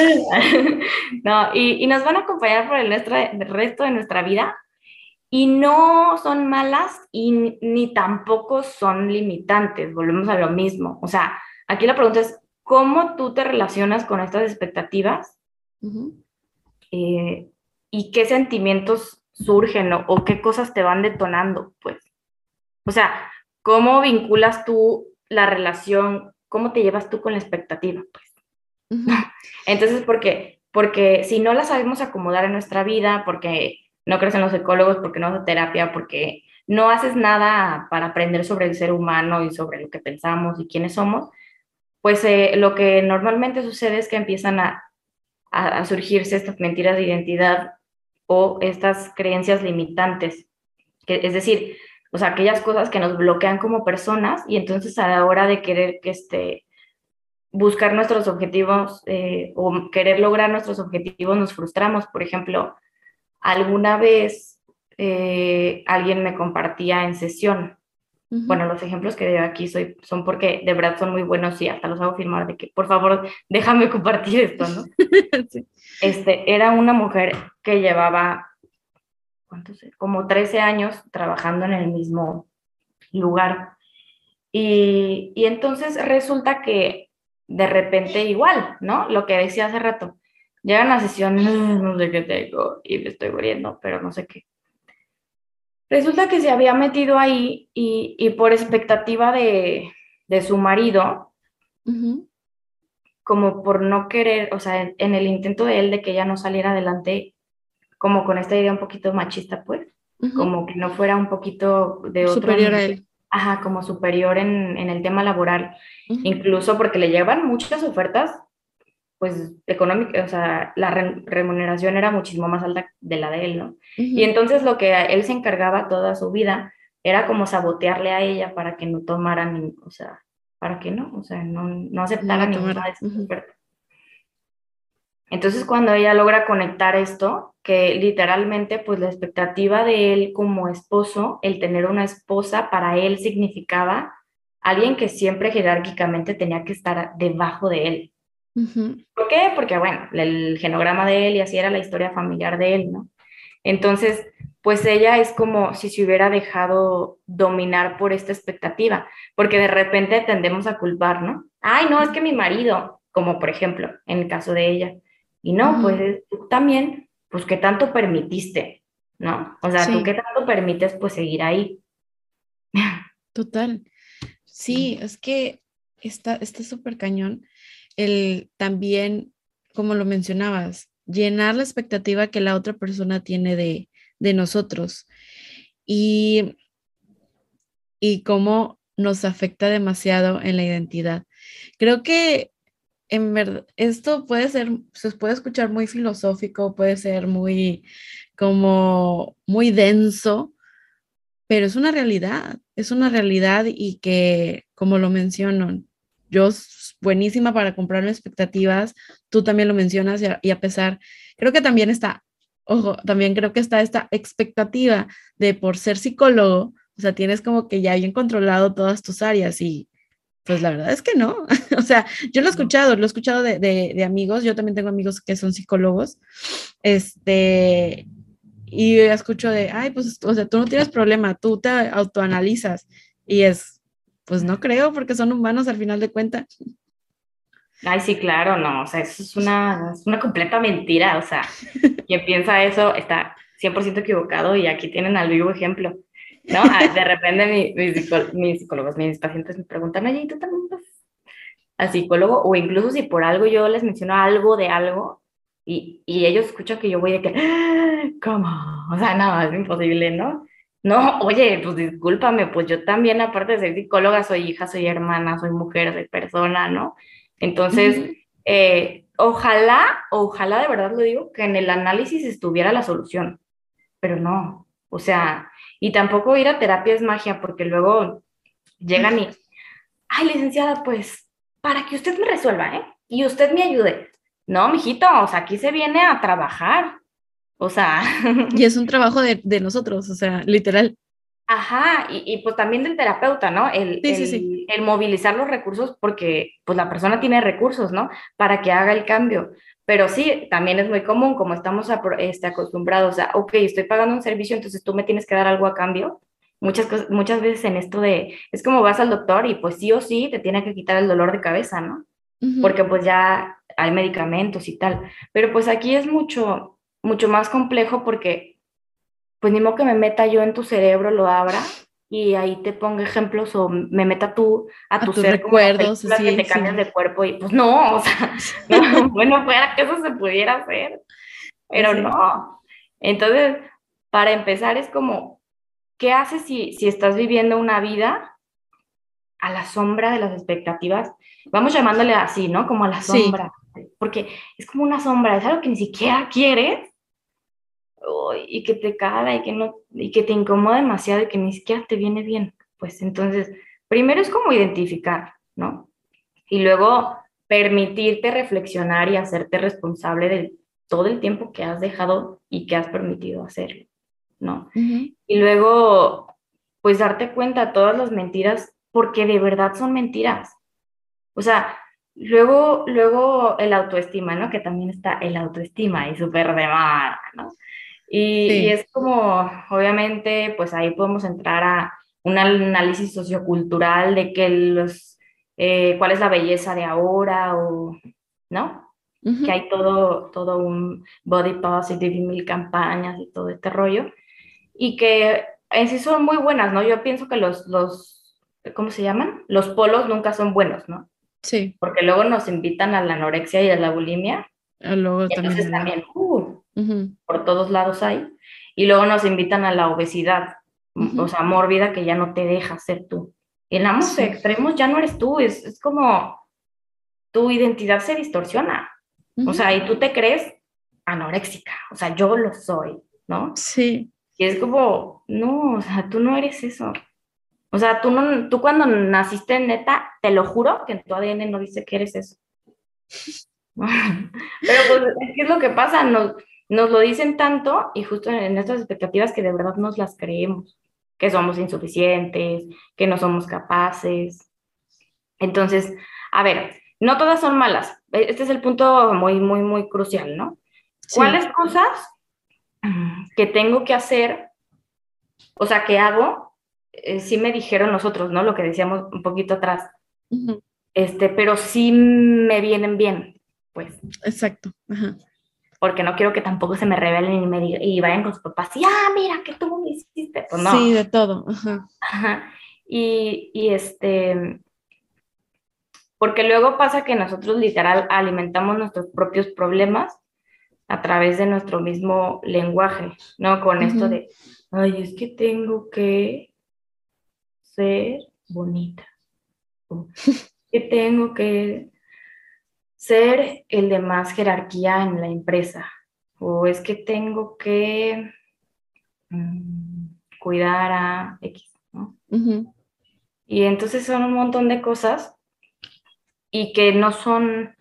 No, y, y nos van a acompañar por el, nuestro, el resto de nuestra vida y no son malas y ni, ni tampoco son limitantes. Volvemos a lo mismo. O sea, aquí la pregunta es, ¿cómo tú te relacionas con estas expectativas? Ujú, Eh, ¿Y qué sentimientos surgen o, o qué cosas te van detonando? Pues, o sea, ¿cómo vinculas tú la relación? ¿Cómo te llevas tú con la expectativa? Pues, ujú, entonces, ¿por qué? Porque si no la sabemos acomodar en nuestra vida, porque no crees en los psicólogos, porque no haces terapia, porque no haces nada para aprender sobre el ser humano y sobre lo que pensamos y quiénes somos, pues eh, lo que normalmente sucede es que empiezan a, a, a surgirse estas mentiras de identidad o estas creencias limitantes, que, es decir, o sea, aquellas cosas que nos bloquean como personas y entonces a la hora de querer que este, buscar nuestros objetivos eh, o querer lograr nuestros objetivos nos frustramos. Por ejemplo, alguna vez eh, alguien me compartía en sesión, ujú. bueno, los ejemplos que doy aquí soy, son porque de verdad son muy buenos y hasta los hago firmar de que por favor déjame compartir esto, ¿no? Sí. Este, era una mujer que llevaba, ¿cuántos? Como trece años trabajando en el mismo lugar. Y, y entonces resulta que de repente igual, ¿no? Lo que decía hace rato, llega una sesión, no sé qué tengo y me estoy muriendo, pero no sé qué. Resulta que se había metido ahí y, y por expectativa de, de su marido, Ujú, como por no querer, o sea, en, en el intento de él de que ella no saliera adelante, como con esta idea un poquito machista, pues, ujú. como que no fuera un poquito de otro Superior a nivel, él. ajá, como superior en, en el tema laboral, Ujú, incluso porque le llevan muchas ofertas, pues, económicas, o sea, la re- remuneración era muchísimo más alta de la de él, ¿no? Y ujú. entonces lo que a él se encargaba toda su vida era como sabotearle a ella para que no tomara, ni, o sea, para que no, o sea, no, no No aceptara la ninguna tomara. de sus Ujú, ofertas. Entonces, cuando ella logra conectar esto, que literalmente, pues la expectativa de él como esposo, el tener una esposa para él significaba alguien que siempre jerárquicamente tenía que estar debajo de él. ujú, ¿Por qué? Porque, bueno, el genograma de él y así era la historia familiar de él, ¿no? Entonces, pues ella es como si se hubiera dejado dominar por esta expectativa, porque de repente tendemos a culpar, ¿no? Ay, no, es que mi marido, como por ejemplo, en el caso de ella. Y no, ujú. pues tú también, pues qué tanto permitiste, ¿no? O sea, tú Sí. qué tanto permites pues seguir ahí. Total. Sí, es que está está súper cañón el también, como lo mencionabas, llenar la expectativa que la otra persona tiene de, de nosotros y, y cómo nos afecta demasiado en la identidad. Creo que en verdad, esto puede ser, se puede escuchar muy filosófico, puede ser muy, como, muy denso, pero es una realidad, es una realidad y que, como lo menciono, yo s- buenísima para comprarme expectativas, tú también lo mencionas y a, y a pesar, creo que también está, ojo, también creo que está esta expectativa de por ser psicólogo, o sea, tienes como que ya bien controlado todas tus áreas y pues la verdad es que no, o sea, yo lo he No. escuchado, lo he escuchado de, de, de amigos, yo también tengo amigos que son psicólogos, este, y escucho de, ay, pues, o sea, tú no tienes problema, tú te autoanalizas. Y es, pues no creo, porque son humanos al final de cuentas. Ay, sí, claro, no, o sea, eso es una, es una completa mentira, o sea, quien piensa eso está cien por ciento equivocado y aquí tienen al vivo ejemplo, ¿no? Ah, de repente mi- mis, psicó- mis psicólogos, mis pacientes me preguntan, oye, ¿y tú también vas al psicólogo? O incluso si por algo yo les menciono algo de algo y, y ellos escuchan que yo voy de que, "Ah, ¿cómo? O sea, no, es imposible, ¿no? No, oye, pues discúlpame, pues yo también, aparte de ser psicóloga, soy hija, soy hermana, soy mujer, soy persona, ¿no? Entonces, Ujú. eh, ojalá, ojalá de verdad lo digo, que en el análisis estuviera la solución, pero no, o sea, y tampoco ir a terapia es magia, porque luego llegan y, ay, licenciada, pues, para que usted me resuelva, ¿eh? Y usted me ayude. No, mijito, o sea, aquí se viene a trabajar. O sea, Y es un trabajo de, de nosotros, o sea, literal. ajá, y, y pues también del terapeuta, ¿no? El, Sí, sí, sí. el, el movilizar los recursos porque pues la persona tiene recursos, ¿no? Para que haga el cambio. Pero sí, también es muy común, como estamos apro- este, acostumbrados a, ok, estoy pagando un servicio, entonces tú me tienes que dar algo a cambio. Muchas, cosas, muchas veces en esto de, es como vas al doctor y pues sí o sí te tiene que quitar el dolor de cabeza, ¿no? Ujú. Porque pues ya hay medicamentos y tal. Pero pues aquí es mucho, mucho más complejo porque pues ni modo que me meta yo en tu cerebro, lo abra y ahí te ponga ejemplos o me meta tú a A tu tus ser como en las recuerdos, películas que así, te sí, cambias no. de cuerpo y pues no, o sea, no, bueno, fuera que eso se pudiera hacer, Ya pero sé. no. Entonces, para empezar es como, ¿qué haces si, si estás viviendo una vida a la sombra de las expectativas? Vamos llamándole así, ¿no? Como a la Sí, sombra, porque es como una sombra, es algo que ni siquiera quieres uy, y que te cala y que no, y que te incomoda demasiado y que ni siquiera te viene bien. Pues entonces, primero es como identificar, ¿no? Y luego permitirte reflexionar y hacerte responsable de todo el tiempo que has dejado y que has permitido hacerlo, ¿no? ujú, Y luego, pues darte cuenta de todas las mentiras, porque de verdad son mentiras. O sea, luego, luego el autoestima, ¿no? Que también está el autoestima y súper de moda, ¿no? Y, y sí. es como, obviamente, pues ahí podemos entrar a un análisis sociocultural de que los, eh, cuál es la belleza de ahora o, ¿no? Que Ujú. hay todo, todo un body positive y mil campañas y todo este rollo. Y que en sí son muy buenas, ¿no? Yo pienso que los, los, ¿cómo se llaman? Los polos nunca son buenos, ¿no? Sí. Porque luego nos invitan a la anorexia y a la bulimia, Ah, luego y también entonces el... también, uh, Ujú, por todos lados hay, y luego nos invitan a la obesidad, o ujú. sea, mórbida que ya no te deja ser tú. En ambos Sí. extremos ya no eres tú, es, es como tu identidad se distorsiona, o Ujú. sea, y tú te crees anoréxica, o sea, yo lo soy, ¿no? Sí. Y es como, no, o sea, tú no eres eso. O sea, tú, no, tú cuando naciste neta, te lo juro que en tu A D N no dice que eres eso. Pero pues, ¿qué es lo que pasa? Nos, nos lo dicen tanto y justo en estas expectativas que de verdad nos las creemos, que somos insuficientes, que no somos capaces. Entonces, a ver, no todas son malas. E, este es el punto muy, muy, muy crucial, ¿no? Sí. ¿Cuáles cosas que tengo que hacer, o sea, que hago? Eh, sí me dijeron nosotros, ¿no? Lo que decíamos un poquito atrás, Ujú. este, pero sí me vienen bien, pues. Exacto. Ajá. Porque no quiero que tampoco se me rebelen y, me diga, y vayan con sus papás y, ah, mira, que tú me hiciste. Pues no. Sí, de todo. Ajá. Ajá. Y, y este, porque luego pasa que nosotros literal alimentamos nuestros propios problemas a través de nuestro mismo lenguaje, ¿no? Con esto Ujú. de, ay, es que tengo que ser bonita, o que tengo que ser el de más jerarquía en la empresa, o es que tengo que mm, cuidar a X, ¿no? Ujú. Y entonces son un montón de cosas y que no son,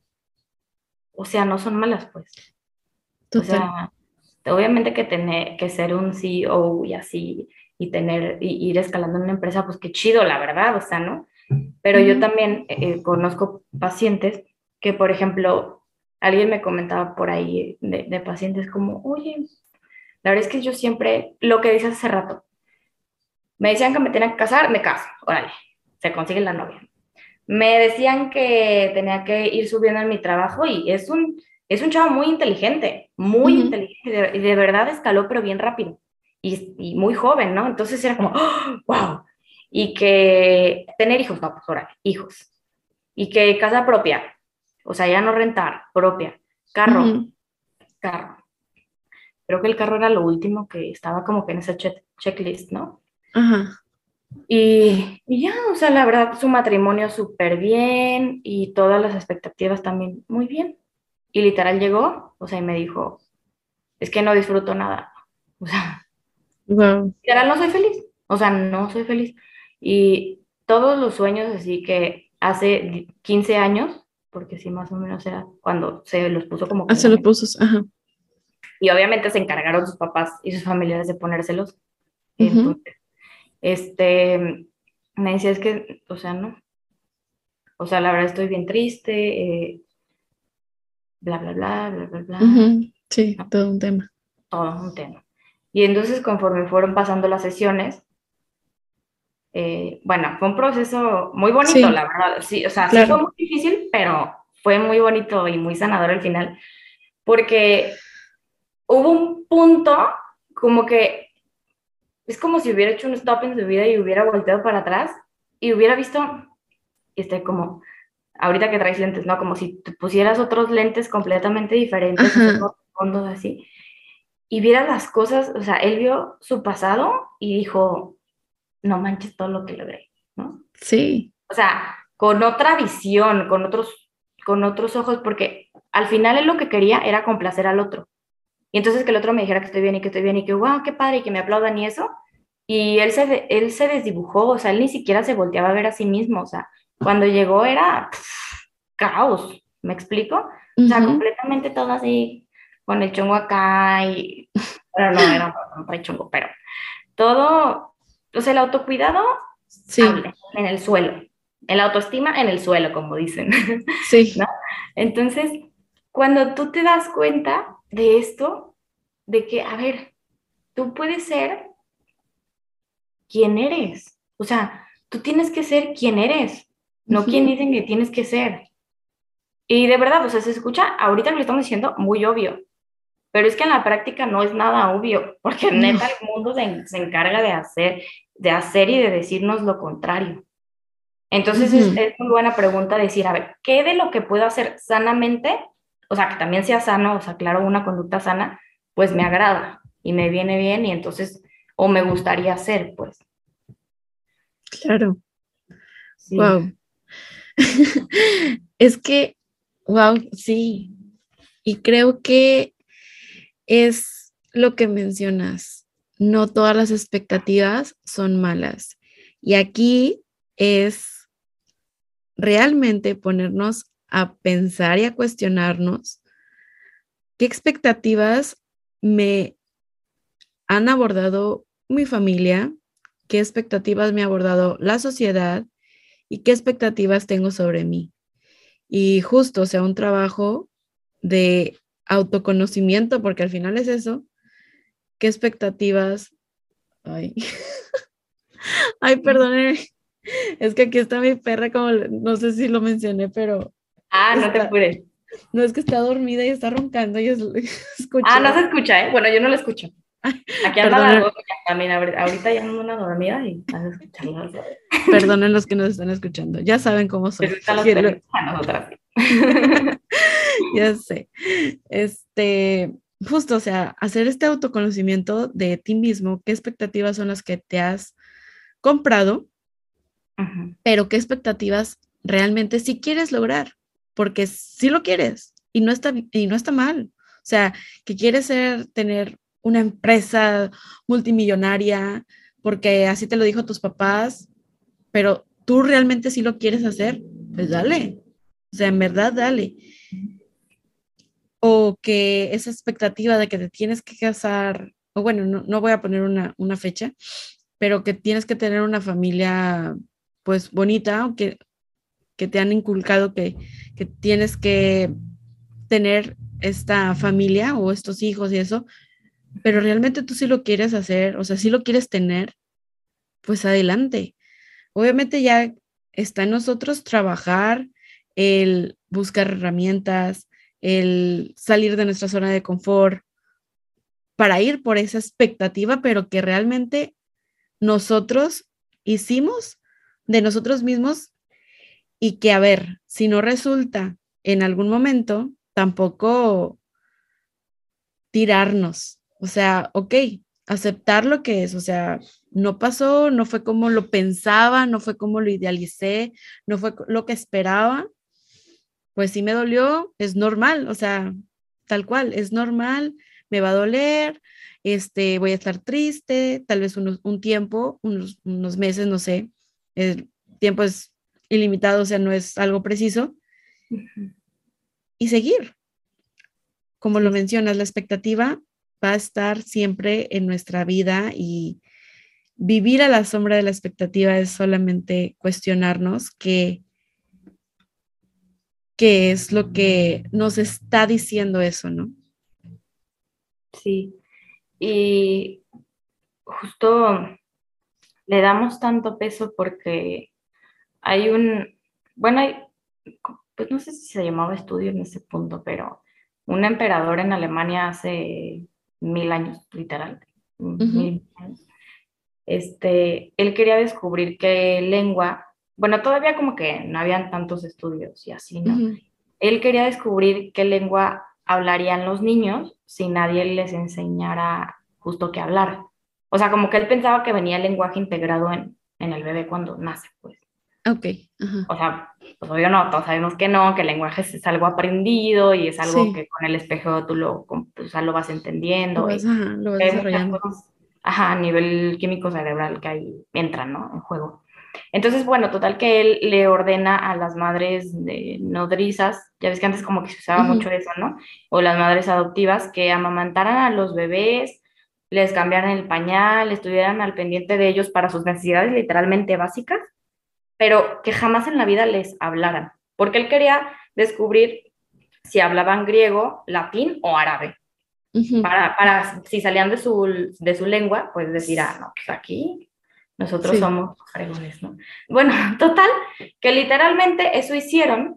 o sea, no son malas, pues. O Total. sea, obviamente que tener que ser un C E O y así y tener y ir escalando en una empresa, pues qué chido, la verdad, o sea, ¿no? Pero yo Ujú. también eh, conozco pacientes que, por ejemplo, alguien me comentaba por ahí de, de pacientes como, oye, la verdad es que yo siempre, lo que dices hace rato, me decían que me tenía que casar, me caso, órale, se consigue la novia. Me decían que tenía que ir subiendo en mi trabajo y es un, es un chavo muy inteligente, muy Ujú. inteligente, y de, y de verdad escaló, pero bien rápido y, y muy joven, ¿no? Entonces era como, ¡oh, wow! Y que tener hijos, no, pues órale, hijos. Y que casa propia, o sea, ya no rentar, propia. Carro, Ujú. carro. Creo que el carro era lo último que estaba como que en esa check checklist, ¿no? Ajá. Y, y ya, o sea, la verdad, su matrimonio súper bien y todas las expectativas también muy bien. Y literal llegó, o sea, y me dijo, es que no disfruto nada. O sea, Wow. literal no soy feliz. O sea, no soy feliz. Y todos los sueños, así que hace quince años, porque sí, más o menos era cuando se los puso como que en la Hacia los mente. pozos. Ajá. Y obviamente se encargaron sus papás y sus familiares de ponérselos. Ujú. Entonces, este, me decía, es que, o sea, no. O sea, la verdad estoy bien triste, eh, bla, bla, bla, bla, bla, bla, Ujú. Sí, no, todo un tema. todo un tema. Y entonces conforme fueron pasando las sesiones, eh, bueno, fue un proceso muy bonito, Sí, la verdad. Sí, o sea, sí fue claro. muy difícil, pero fue muy bonito y muy sanador al final, porque hubo un punto como que es como si hubiera hecho un stop en su vida y hubiera volteado para atrás y hubiera visto, este, como, ahorita que traes lentes, ¿no? Como si te pusieras otros lentes completamente diferentes, así Ajá. como fondos así, y vieras las cosas, o sea, él vio su pasado y dijo, no manches todo lo que logré, ¿no? Sí. O sea, con otra visión, con otros, con otros ojos, porque al final él lo que quería era complacer al otro. Y entonces que el otro me dijera que estoy bien y que estoy bien y que, wow, qué padre, y que me aplaudan y eso. Y él se, él se desdibujó, o sea, él ni siquiera se volteaba a ver a sí mismo, o sea, cuando llegó era pff, caos, ¿me explico? O sea, Ujú. completamente todo así, con el chongo acá y, pero no, era un trae chongo, pero todo, o sea, el autocuidado Sí, hable, en el suelo, el autoestima en el suelo, como dicen, ¿no? sí. Entonces, cuando tú te das cuenta de esto, de que, a ver, tú puedes ser quien eres. O sea, tú tienes que ser quien eres, no quien Ujú. dicen que tienes que ser. Y de verdad, o sea, se escucha, ahorita lo estamos diciendo muy obvio, pero es que en la práctica no es nada obvio, porque No, neta el mundo se, se encarga de hacer, de hacer y de decirnos lo contrario. Entonces es, ujú, es muy buena pregunta decir, a ver, ¿qué de lo que puedo hacer sanamente, o sea, que también sea sano, o sea, claro, una conducta sana, pues me agrada y me viene bien y entonces, o me gustaría hacer, pues, claro. sí. Wow. Es que, wow, sí. Y creo que es lo que mencionas. No todas las expectativas son malas. Y aquí es realmente ponernos a pensar y a cuestionarnos qué expectativas me han abordado mi familia, qué expectativas me ha abordado la sociedad y qué expectativas tengo sobre mí. Y justo, o sea, un trabajo de autoconocimiento, porque al final es eso, qué expectativas, ay, ay, perdón, es que aquí está mi perra, como, no sé si lo mencioné, pero Ah, no te está, apures. no es que está dormida y está roncando y es, Ah, no se escuché. escucha, ¿eh? Bueno, yo no lo escucho. Aquí anda la Perdonen, doña también, ahorita ya ando una dormida y vas a escucharla. perdonen los que nos están escuchando. Ya saben cómo Pero soy. están los Que lo- perritos a nosotras. ya sé. Este, justo, o sea, hacer este autoconocimiento de ti mismo, qué expectativas son las que te has comprado, Ujú. pero qué expectativas realmente sí quieres lograr, porque sí lo quieres y no está, y no está mal. O sea, que quieres ser, tener una empresa multimillonaria, porque así te lo dijo tus papás, pero tú realmente sí lo quieres hacer, pues dale. O sea, en verdad, dale. O que esa expectativa de que te tienes que casar, o bueno, no, no voy a poner una, una fecha, pero que tienes que tener una familia pues bonita, o que, que te han inculcado que, que tienes que tener esta familia o estos hijos y eso, pero realmente tú sí lo quieres hacer, o sea, sí lo quieres tener, pues adelante. Obviamente ya está en nosotros trabajar, el buscar herramientas, el salir de nuestra zona de confort para ir por esa expectativa, pero que realmente nosotros hicimos de nosotros mismos y que, a ver, si no resulta en algún momento, tampoco tirarnos. O sea, ok, aceptar lo que es, o sea, no pasó, no fue como lo pensaba, no fue como lo idealicé, no fue lo que esperaba, pues sí me dolió, es normal, o sea, tal cual, es normal, me va a doler, este, voy a estar triste, tal vez unos, un tiempo, unos, unos meses, no sé, el tiempo es ilimitado, o sea, no es algo preciso, y seguir, como lo Sí, mencionas, la expectativa va a estar siempre en nuestra vida y vivir a la sombra de la expectativa es solamente cuestionarnos qué, qué es lo que nos está diciendo eso, ¿no? sí. Y justo le damos tanto peso porque hay un, bueno, hay, pues no sé si se llamaba estudio en ese punto, pero un emperador en Alemania hace mil años, literal, Ujú, mil años, este, él quería descubrir qué lengua, bueno, todavía como que no habían tantos estudios y así, ¿no? ujú. Él quería descubrir qué lengua hablarían los niños si nadie les enseñara justo qué hablar. O sea, como que él pensaba que venía el lenguaje integrado en, en el bebé cuando nace, pues. Ok, ajá. O sea, pues obvio no, todos sabemos que no, que el lenguaje es, es algo aprendido y es algo Sí, que con el espejo tú lo, con- pues, o sea, lo vas lo entendiendo vas, y ajá, lo vas hay muchas desarrollando. cosas, ajá, a nivel químico cerebral que ahí entran, ¿no? En juego. Entonces, bueno, total que él le ordena a las madres de nodrizas, ya ves que antes como que se usaba mucho Ujú, eso, ¿no? O las madres adoptivas, que amamantaran a los bebés, les cambiaran el pañal, estuvieran al pendiente de ellos para sus necesidades literalmente básicas, pero que jamás en la vida les hablaran, porque él quería descubrir si hablaban griego, latín o árabe. ujú. Para, para si salían de su, de su lengua, pues decir, ah, no, pues aquí nosotros Sí, somos fregones, ¿no? Bueno, total, que literalmente eso hicieron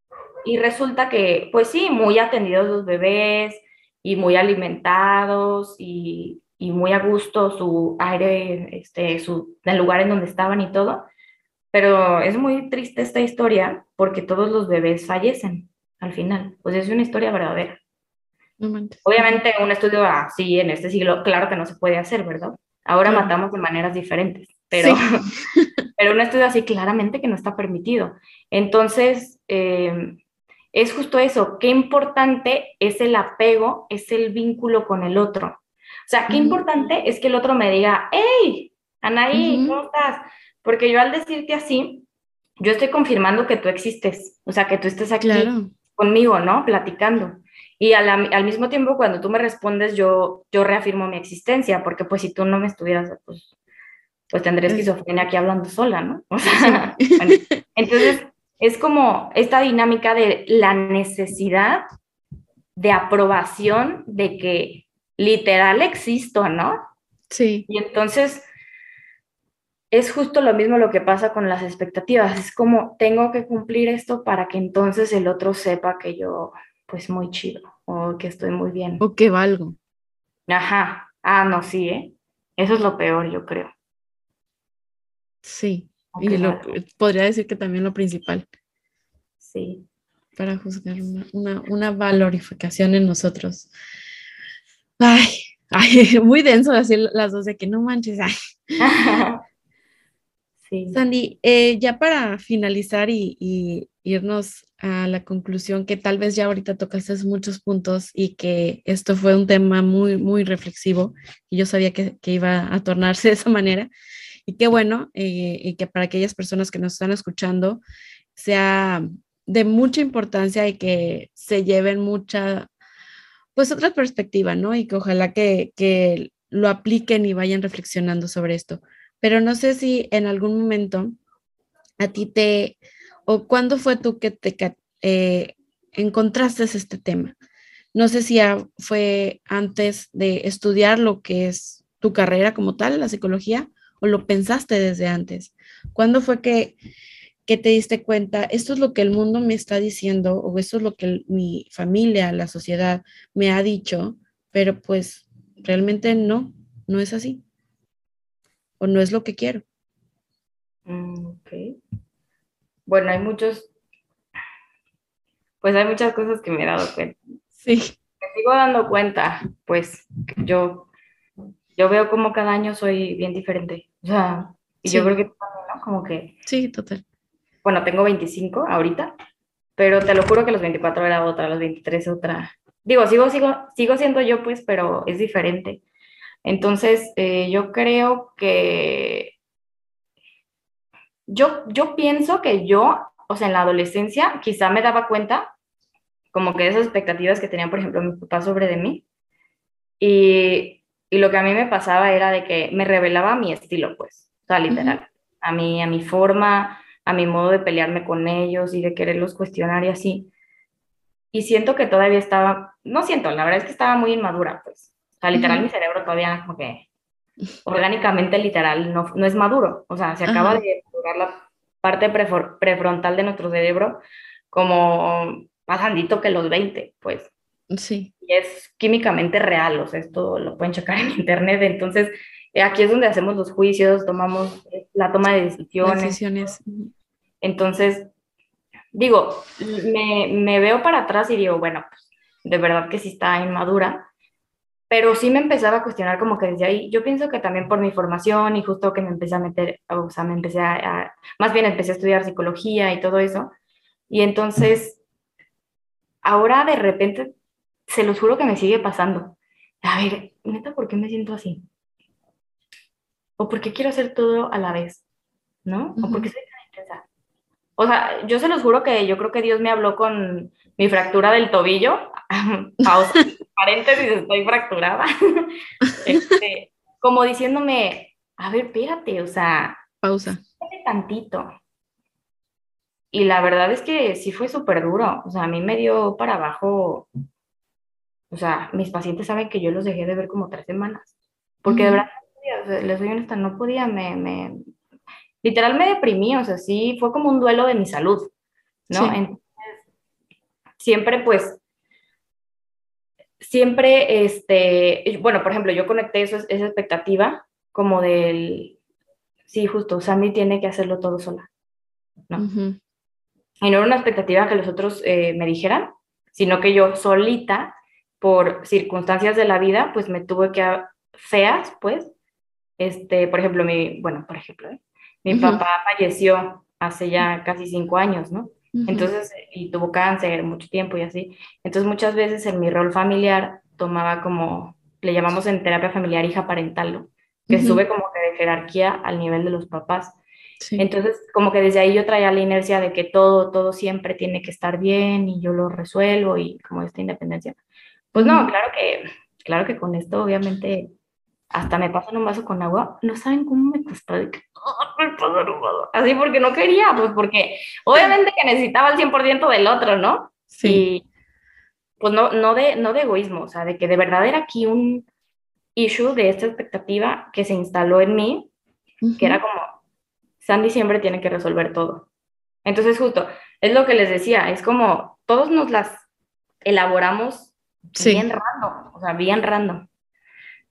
y resulta que, pues sí, muy atendidos los bebés y muy alimentados y, y muy a gusto su aire, este, su, el lugar en donde estaban y todo, pero es muy triste esta historia porque todos los bebés fallecen al final, pues es una historia verdadera. no manches. Ajá, Obviamente un estudio así en este siglo, claro que no se puede hacer, ¿verdad? Ahora claro. matamos de maneras diferentes, pero, Sí. pero un estudio así claramente que no está permitido. Entonces, eh, es justo eso, qué importante es el apego, es el vínculo con el otro. O sea, qué Ujú, importante es que el otro me diga, hey, Anaí, ujú, ¿cómo estás? Porque yo al decirte así, yo estoy confirmando que tú existes, o sea, que tú estés aquí claro. conmigo, ¿no? Platicando. Y al, al mismo tiempo, cuando tú me respondes, yo, yo reafirmo mi existencia, porque pues si tú no me estuvieras, pues, pues tendría Es- esquizofrenia aquí hablando sola, ¿no? O sí. sea, bueno, entonces es como esta dinámica de la necesidad de aprobación de que literal existo, ¿no? Sí. Y entonces es justo lo mismo lo que pasa con las expectativas. Es como tengo que cumplir esto para que entonces el otro sepa que yo, pues muy chido o que estoy muy bien. O que valgo. Ajá. Ah, no, sí, ¿eh? Eso es lo peor, yo creo. Sí, y Aunque lo, no, podría decir que también lo principal sí. para juzgar una, una, una valorificación en nosotros. Ay, ay, muy denso decir las dos de que no manches. Ay. Sí. Sandy, eh, ya para finalizar y, y irnos a la conclusión, que tal vez ya ahorita tocaste muchos puntos y que esto fue un tema muy, muy reflexivo y yo sabía que, que iba a tornarse de esa manera. Y qué bueno, eh, y que para aquellas personas que nos están escuchando sea de mucha importancia y que se lleven mucha, pues otra perspectiva, ¿no? Y que ojalá que, que lo apliquen y vayan reflexionando sobre esto. Pero no sé si en algún momento a ti te, o cuándo fue tú que te ca- eh, encontraste este tema. No sé si a- fue antes de estudiar lo que es tu carrera como tal, la psicología, o lo pensaste desde antes. ¿Cuándo fue que, que te diste cuenta, esto es lo que el mundo me está diciendo, o esto es lo que el- mi familia, la sociedad me ha dicho, pero pues realmente no, no es así, o no es lo que quiero? Mm, ok. Bueno, hay muchos, pues hay muchas cosas que me he dado cuenta. Sí, Me sigo dando cuenta, pues yo, yo veo como cada año soy bien diferente. O sea, y yo creo sí, que tú también, ¿no? Como que, sí, total. bueno, tengo veinticinco ahorita, pero te lo juro que los veinticuatro era otra, los veintitrés otra. Digo, sigo, sigo, sigo siendo yo, pues, pero es diferente. Entonces, eh, yo creo que, yo, yo pienso que yo, o sea, en la adolescencia, quizá me daba cuenta como que esas expectativas que tenían, por ejemplo, mis papás sobre de mí. Y, y lo que a mí me pasaba era de que me revelaba mi estilo, pues, o sea, Ujú, literal, a mí, a mi forma, a mi modo de pelearme con ellos y de quererlos cuestionar y así. Y siento que todavía estaba, no siento, la verdad es que estaba muy inmadura, pues. O sea, literal, ujú, mi cerebro todavía como que orgánicamente literal no, no es maduro. O sea, se acaba ajá, de madurar la parte prefor- prefrontal de nuestro cerebro como pasandito que los veinte pues. sí, Y es químicamente real, o sea, esto lo pueden checar en internet. Entonces, eh, aquí es donde hacemos los juicios, tomamos eh, la toma de las decisiones. decisiones. Ujú, Entonces, digo, me, me veo para atrás y digo, bueno, pues de verdad que sí está inmadura, pero sí me empezaba a cuestionar como que desde ahí, yo pienso que también por mi formación y justo que me empecé a meter, o sea, me empecé a, a- más bien empecé a estudiar psicología y todo eso, y entonces ahora de repente, se los juro que me sigue pasando. A ver, neta, ¿por qué me siento así? ¿O por qué quiero hacer todo a la vez? ¿No? ¿O por qué ujú. soy tan intensa? O sea, yo se los juro que yo creo que Dios me habló con mi fractura del tobillo. Pausa, paréntesis, estoy fracturada. Este, como diciéndome, a ver, espérate, o sea, Pausa. espérate tantito. Y la verdad es que sí fue súper duro. O sea, a mí me dio para abajo. O sea, mis pacientes saben que yo los dejé de ver como tres semanas. Porque de Ujú, verdad, no podía, o sea, les soy honesta, no podía, me, me, literal me deprimí, o sea, sí, fue como un duelo de mi salud, ¿no? sí, Entonces, siempre, pues, siempre, este, bueno, por ejemplo, yo conecté eso, esa expectativa como del, sí, justo, Sandy tiene que hacerlo todo sola, ¿no? ujú, Y no era una expectativa que los otros eh, me dijeran, sino que yo solita, por circunstancias de la vida, pues me tuve que, a- feas, pues, este, por ejemplo, mi, bueno, por ejemplo, ¿eh? Mi ujú, papá falleció hace ya casi cinco años, ¿no? ujú, Entonces, y tuvo cáncer mucho tiempo y así. Entonces, muchas veces en mi rol familiar tomaba como, le llamamos en terapia familiar hija parental, ¿no? Que se ujú, sube como que de jerarquía al nivel de los papás. sí, Entonces, como que desde ahí yo traía la inercia de que todo, todo siempre tiene que estar bien y yo lo resuelvo y como esta independencia. Pues no, ujú. claro que, claro que con esto obviamente hasta me pasan un vaso con agua, no saben cómo me costó de que, "Ah, me pasan un vaso". Así porque no quería, pues porque obviamente que necesitaba el cien por ciento del otro, ¿no? Sí, Y pues no, no de, no de egoísmo, o sea, de que de verdad era aquí un issue de esta expectativa que se instaló en mí, que era ujú, como, Sandy siempre tiene que resolver todo. Entonces justo, es lo que les decía, es como todos nos las elaboramos bien sí, random, o sea, bien random.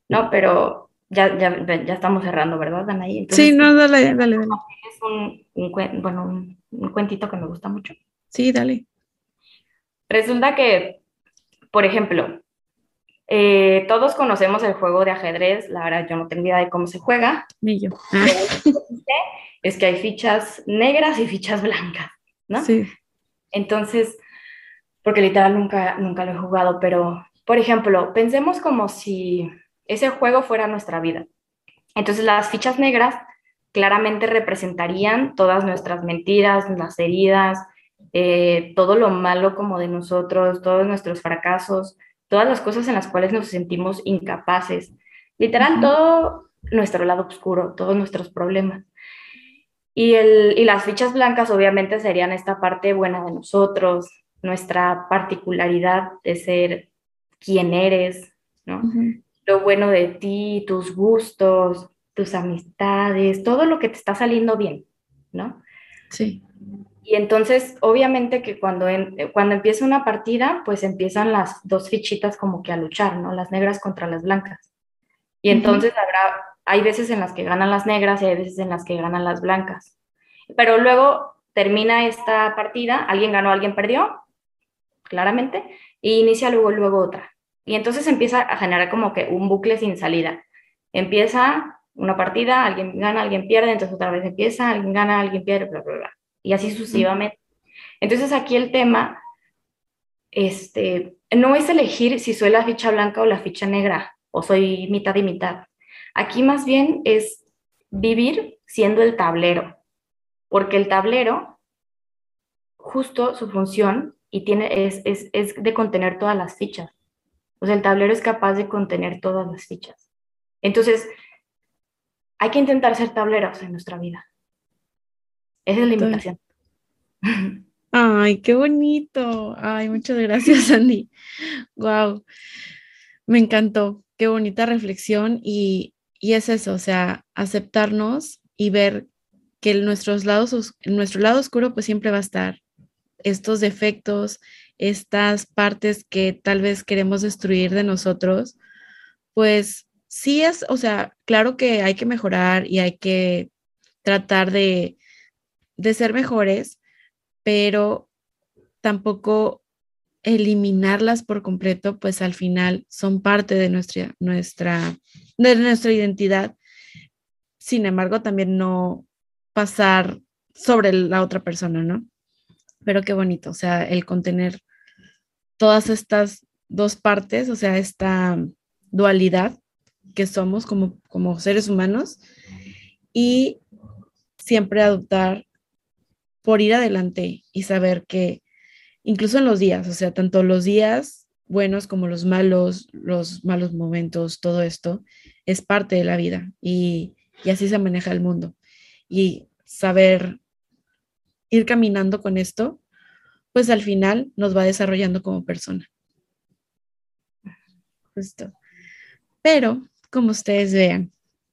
¿no? Pero ya, ya, ya estamos cerrando, ¿verdad, Anaí? Sí, Entonces, no, dale, dale, dale. es un, un, cuen- bueno, un, un cuentito que me gusta mucho. Sí, dale. Resulta que, por ejemplo, eh, todos conocemos el juego de ajedrez, la verdad yo no tengo idea de cómo se juega. Ni yo. Ah, Lo único que sé es que hay fichas negras y fichas blancas, ¿no? sí. Entonces, porque literal nunca, nunca lo he jugado, pero, por ejemplo, pensemos como si ese juego fuera nuestra vida. Entonces, las fichas negras claramente representarían todas nuestras mentiras, las heridas, eh, todo lo malo como de nosotros, todos nuestros fracasos, todas las cosas en las cuales nos sentimos incapaces. Literal, Ujú. todo nuestro lado oscuro, todos nuestros problemas. Y, el, y las fichas blancas obviamente serían esta parte buena de nosotros, nuestra particularidad de ser quien eres, ¿no? Ujú. Lo bueno de ti, tus gustos, tus amistades, todo lo que te está saliendo bien, ¿no? Sí. Y entonces, obviamente que cuando, en, cuando empieza una partida, pues empiezan las dos fichitas como que a luchar, ¿no? Las negras contra las blancas. Y Ujú. entonces habrá, hay veces en las que ganan las negras y hay veces en las que ganan las blancas. Pero luego termina esta partida, alguien ganó, alguien perdió, claramente, y inicia luego, luego otra. Y entonces empieza a generar como que un bucle sin salida. Empieza una partida, alguien gana, alguien pierde, entonces otra vez empieza, alguien gana, alguien pierde, bla, bla, bla. Y así Ujú. sucesivamente. Entonces aquí el tema este, no es elegir si soy la ficha blanca o la ficha negra, o soy mitad y mitad. Aquí más bien es vivir siendo el tablero, porque el tablero, justo su función, y tiene, es, es, es de contener todas las fichas. O sea, el tablero es capaz de contener todas las fichas. Entonces, hay que intentar ser tableros en nuestra vida. Esa es la Total. invitación. Ay, qué bonito. Ay, muchas gracias, Andy. Wow, me encantó. Qué bonita reflexión y, y es eso, o sea, aceptarnos y ver que en nuestros lados, os- en nuestro lado oscuro pues siempre va a estar estos defectos, estas partes que tal vez queremos destruir de nosotros, pues sí es, o sea, claro que hay que mejorar y hay que tratar de, de ser mejores, pero tampoco eliminarlas por completo, pues al final son parte de nuestra, nuestra, de nuestra identidad. Sin embargo, también no pasar sobre la otra persona, ¿no? Pero qué bonito, o sea, el contener todas estas dos partes, o sea, esta dualidad que somos como, como seres humanos y siempre adoptar por ir adelante y saber que incluso en los días, o sea, tanto los días buenos como los malos, los malos momentos, todo esto es parte de la vida y, y así se maneja el mundo. Y saber ir caminando con esto, pues al final nos va desarrollando como persona. Justo. Pero, como ustedes vean,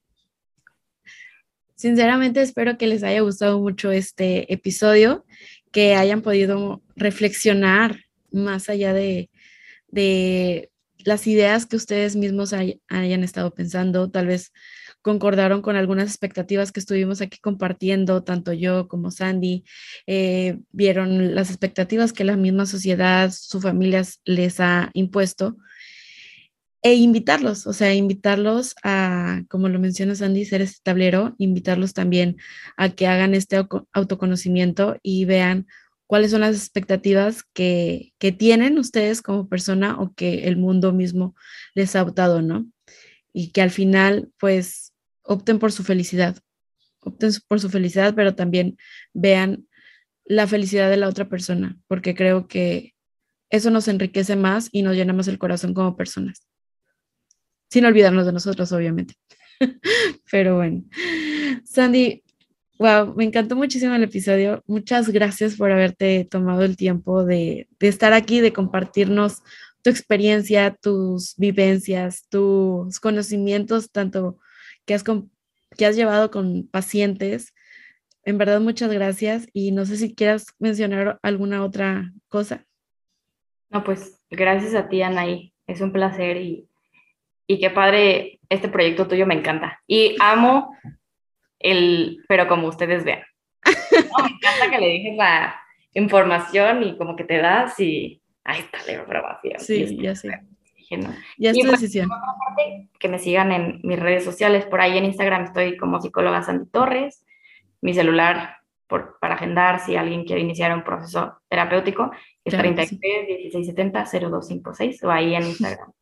sinceramente espero que les haya gustado mucho este episodio, que hayan podido reflexionar más allá de, de las ideas que ustedes mismos hay- hayan estado pensando, tal vez concordaron con algunas expectativas que estuvimos aquí compartiendo, tanto yo como Sandy, eh, vieron las expectativas que la misma sociedad, sus familias les ha impuesto e invitarlos, o sea, invitarlos a, como lo menciona Sandy, ser este tablero, invitarlos también a que hagan este auco- autoconocimiento y vean cuáles son las expectativas que, que tienen ustedes como persona o que el mundo mismo les ha optado, ¿no? Y que al final, pues, opten por su felicidad, opten su- por su felicidad, pero también vean la felicidad de la otra persona, porque creo que eso nos enriquece más y nos llena más el corazón como personas sin olvidarnos de nosotros, obviamente. Pero bueno, Sandy, wow, me encantó muchísimo el episodio. Muchas gracias por haberte tomado el tiempo de, de estar aquí, de compartirnos tu experiencia, tus vivencias, tus conocimientos, tanto que has, com- que has llevado con pacientes. En verdad, muchas gracias y no sé si quieras mencionar alguna otra cosa. No, pues gracias a ti, Anaí. Es un placer y y qué padre, este proyecto tuyo me encanta. Y amo el, pero como ustedes vean. No, me encanta que le dejes la información y como que te das y ahí está la información. Y Sí, está, ya sé. dije, no. Ya es Y tu pues, decisión. que me sigan en mis redes sociales. Por ahí en Instagram estoy como psicóloga Sandy Torres. Mi celular por, para agendar si alguien quiere iniciar un proceso terapéutico es Claro que sí. treinta y tres, dieciséis setenta, cero dos cinco seis o ahí en Instagram.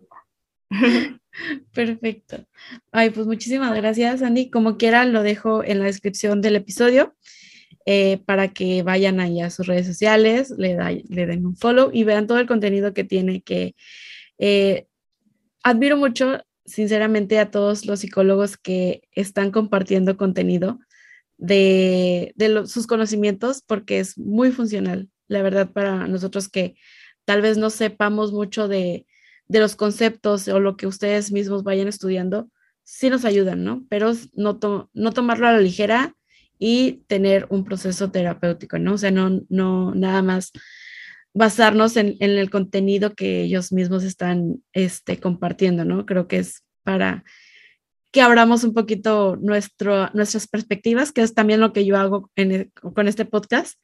Perfecto. Ay, pues muchísimas gracias, Andy. Como quiera, lo dejo en la descripción del episodio eh, para que vayan ahí a sus redes sociales, le, da, le den un follow y vean todo el contenido que tiene, que eh, admiro mucho, sinceramente, a todos los psicólogos que están compartiendo contenido de, de lo, sus conocimientos porque es muy funcional, la verdad, para nosotros que tal vez no sepamos mucho de, de los conceptos o lo que ustedes mismos vayan estudiando, sí nos ayudan, ¿no? Pero no, to, no tomarlo a la ligera y tener un proceso terapéutico, ¿no? O sea, no, no nada más basarnos en, en el contenido que ellos mismos están este, compartiendo, ¿no? Creo que es para que abramos un poquito nuestro, nuestras perspectivas, que es también lo que yo hago en el, con este podcast,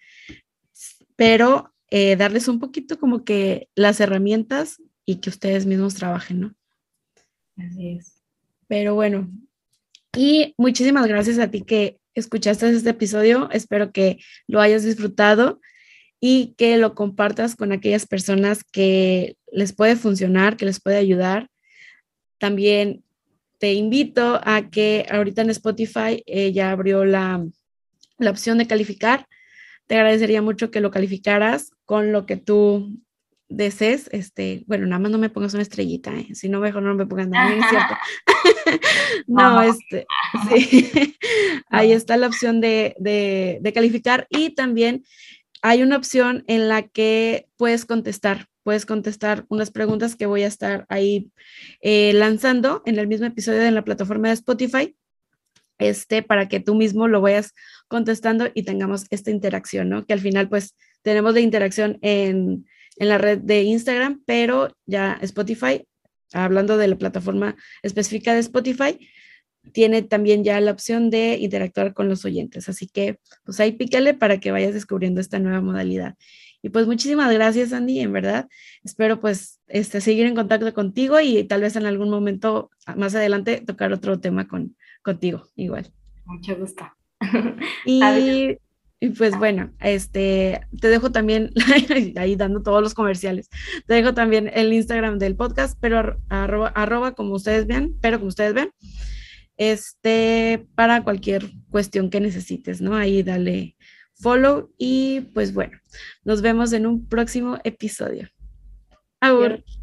pero eh, darles un poquito como que las herramientas y que ustedes mismos trabajen, ¿no? Así es. Pero bueno, y muchísimas gracias a ti que escuchaste este episodio, espero que lo hayas disfrutado y que lo compartas con aquellas personas que les puede funcionar, que les puede ayudar. También te invito a que ahorita en Spotify eh, ya abrió la, la opción de calificar. Te agradecería mucho que lo calificaras con lo que tú desees. Este, bueno, nada más no me pongas una estrellita, ¿eh? Si no, mejor no me pongas nada, no, no es cierto. No, No, no. este, sí, ahí No. está la opción de, de, de calificar y también hay una opción en la que puedes contestar, puedes contestar unas preguntas que voy a estar ahí eh, lanzando en el mismo episodio de la plataforma de Spotify, este, para que tú mismo lo vayas contestando y tengamos esta interacción, ¿no? Que al final, pues, tenemos la interacción en, en la red de Instagram, pero ya Spotify, hablando de la plataforma específica de Spotify, tiene también ya la opción de interactuar con los oyentes. Así que, pues ahí pícale para que vayas descubriendo esta nueva modalidad. Y pues muchísimas gracias, Andy, en verdad. Espero pues este, seguir en contacto contigo y tal vez en algún momento más adelante tocar otro tema con, contigo, igual. Mucho gusto. Adiós. Y, y pues bueno, este, te dejo también, ahí dando todos los comerciales, te dejo también el Instagram del podcast, pero arroba, arroba como ustedes vean, pero como ustedes vean, este, para cualquier cuestión que necesites, ¿no? Ahí dale follow y pues bueno, nos vemos en un próximo episodio. Agur.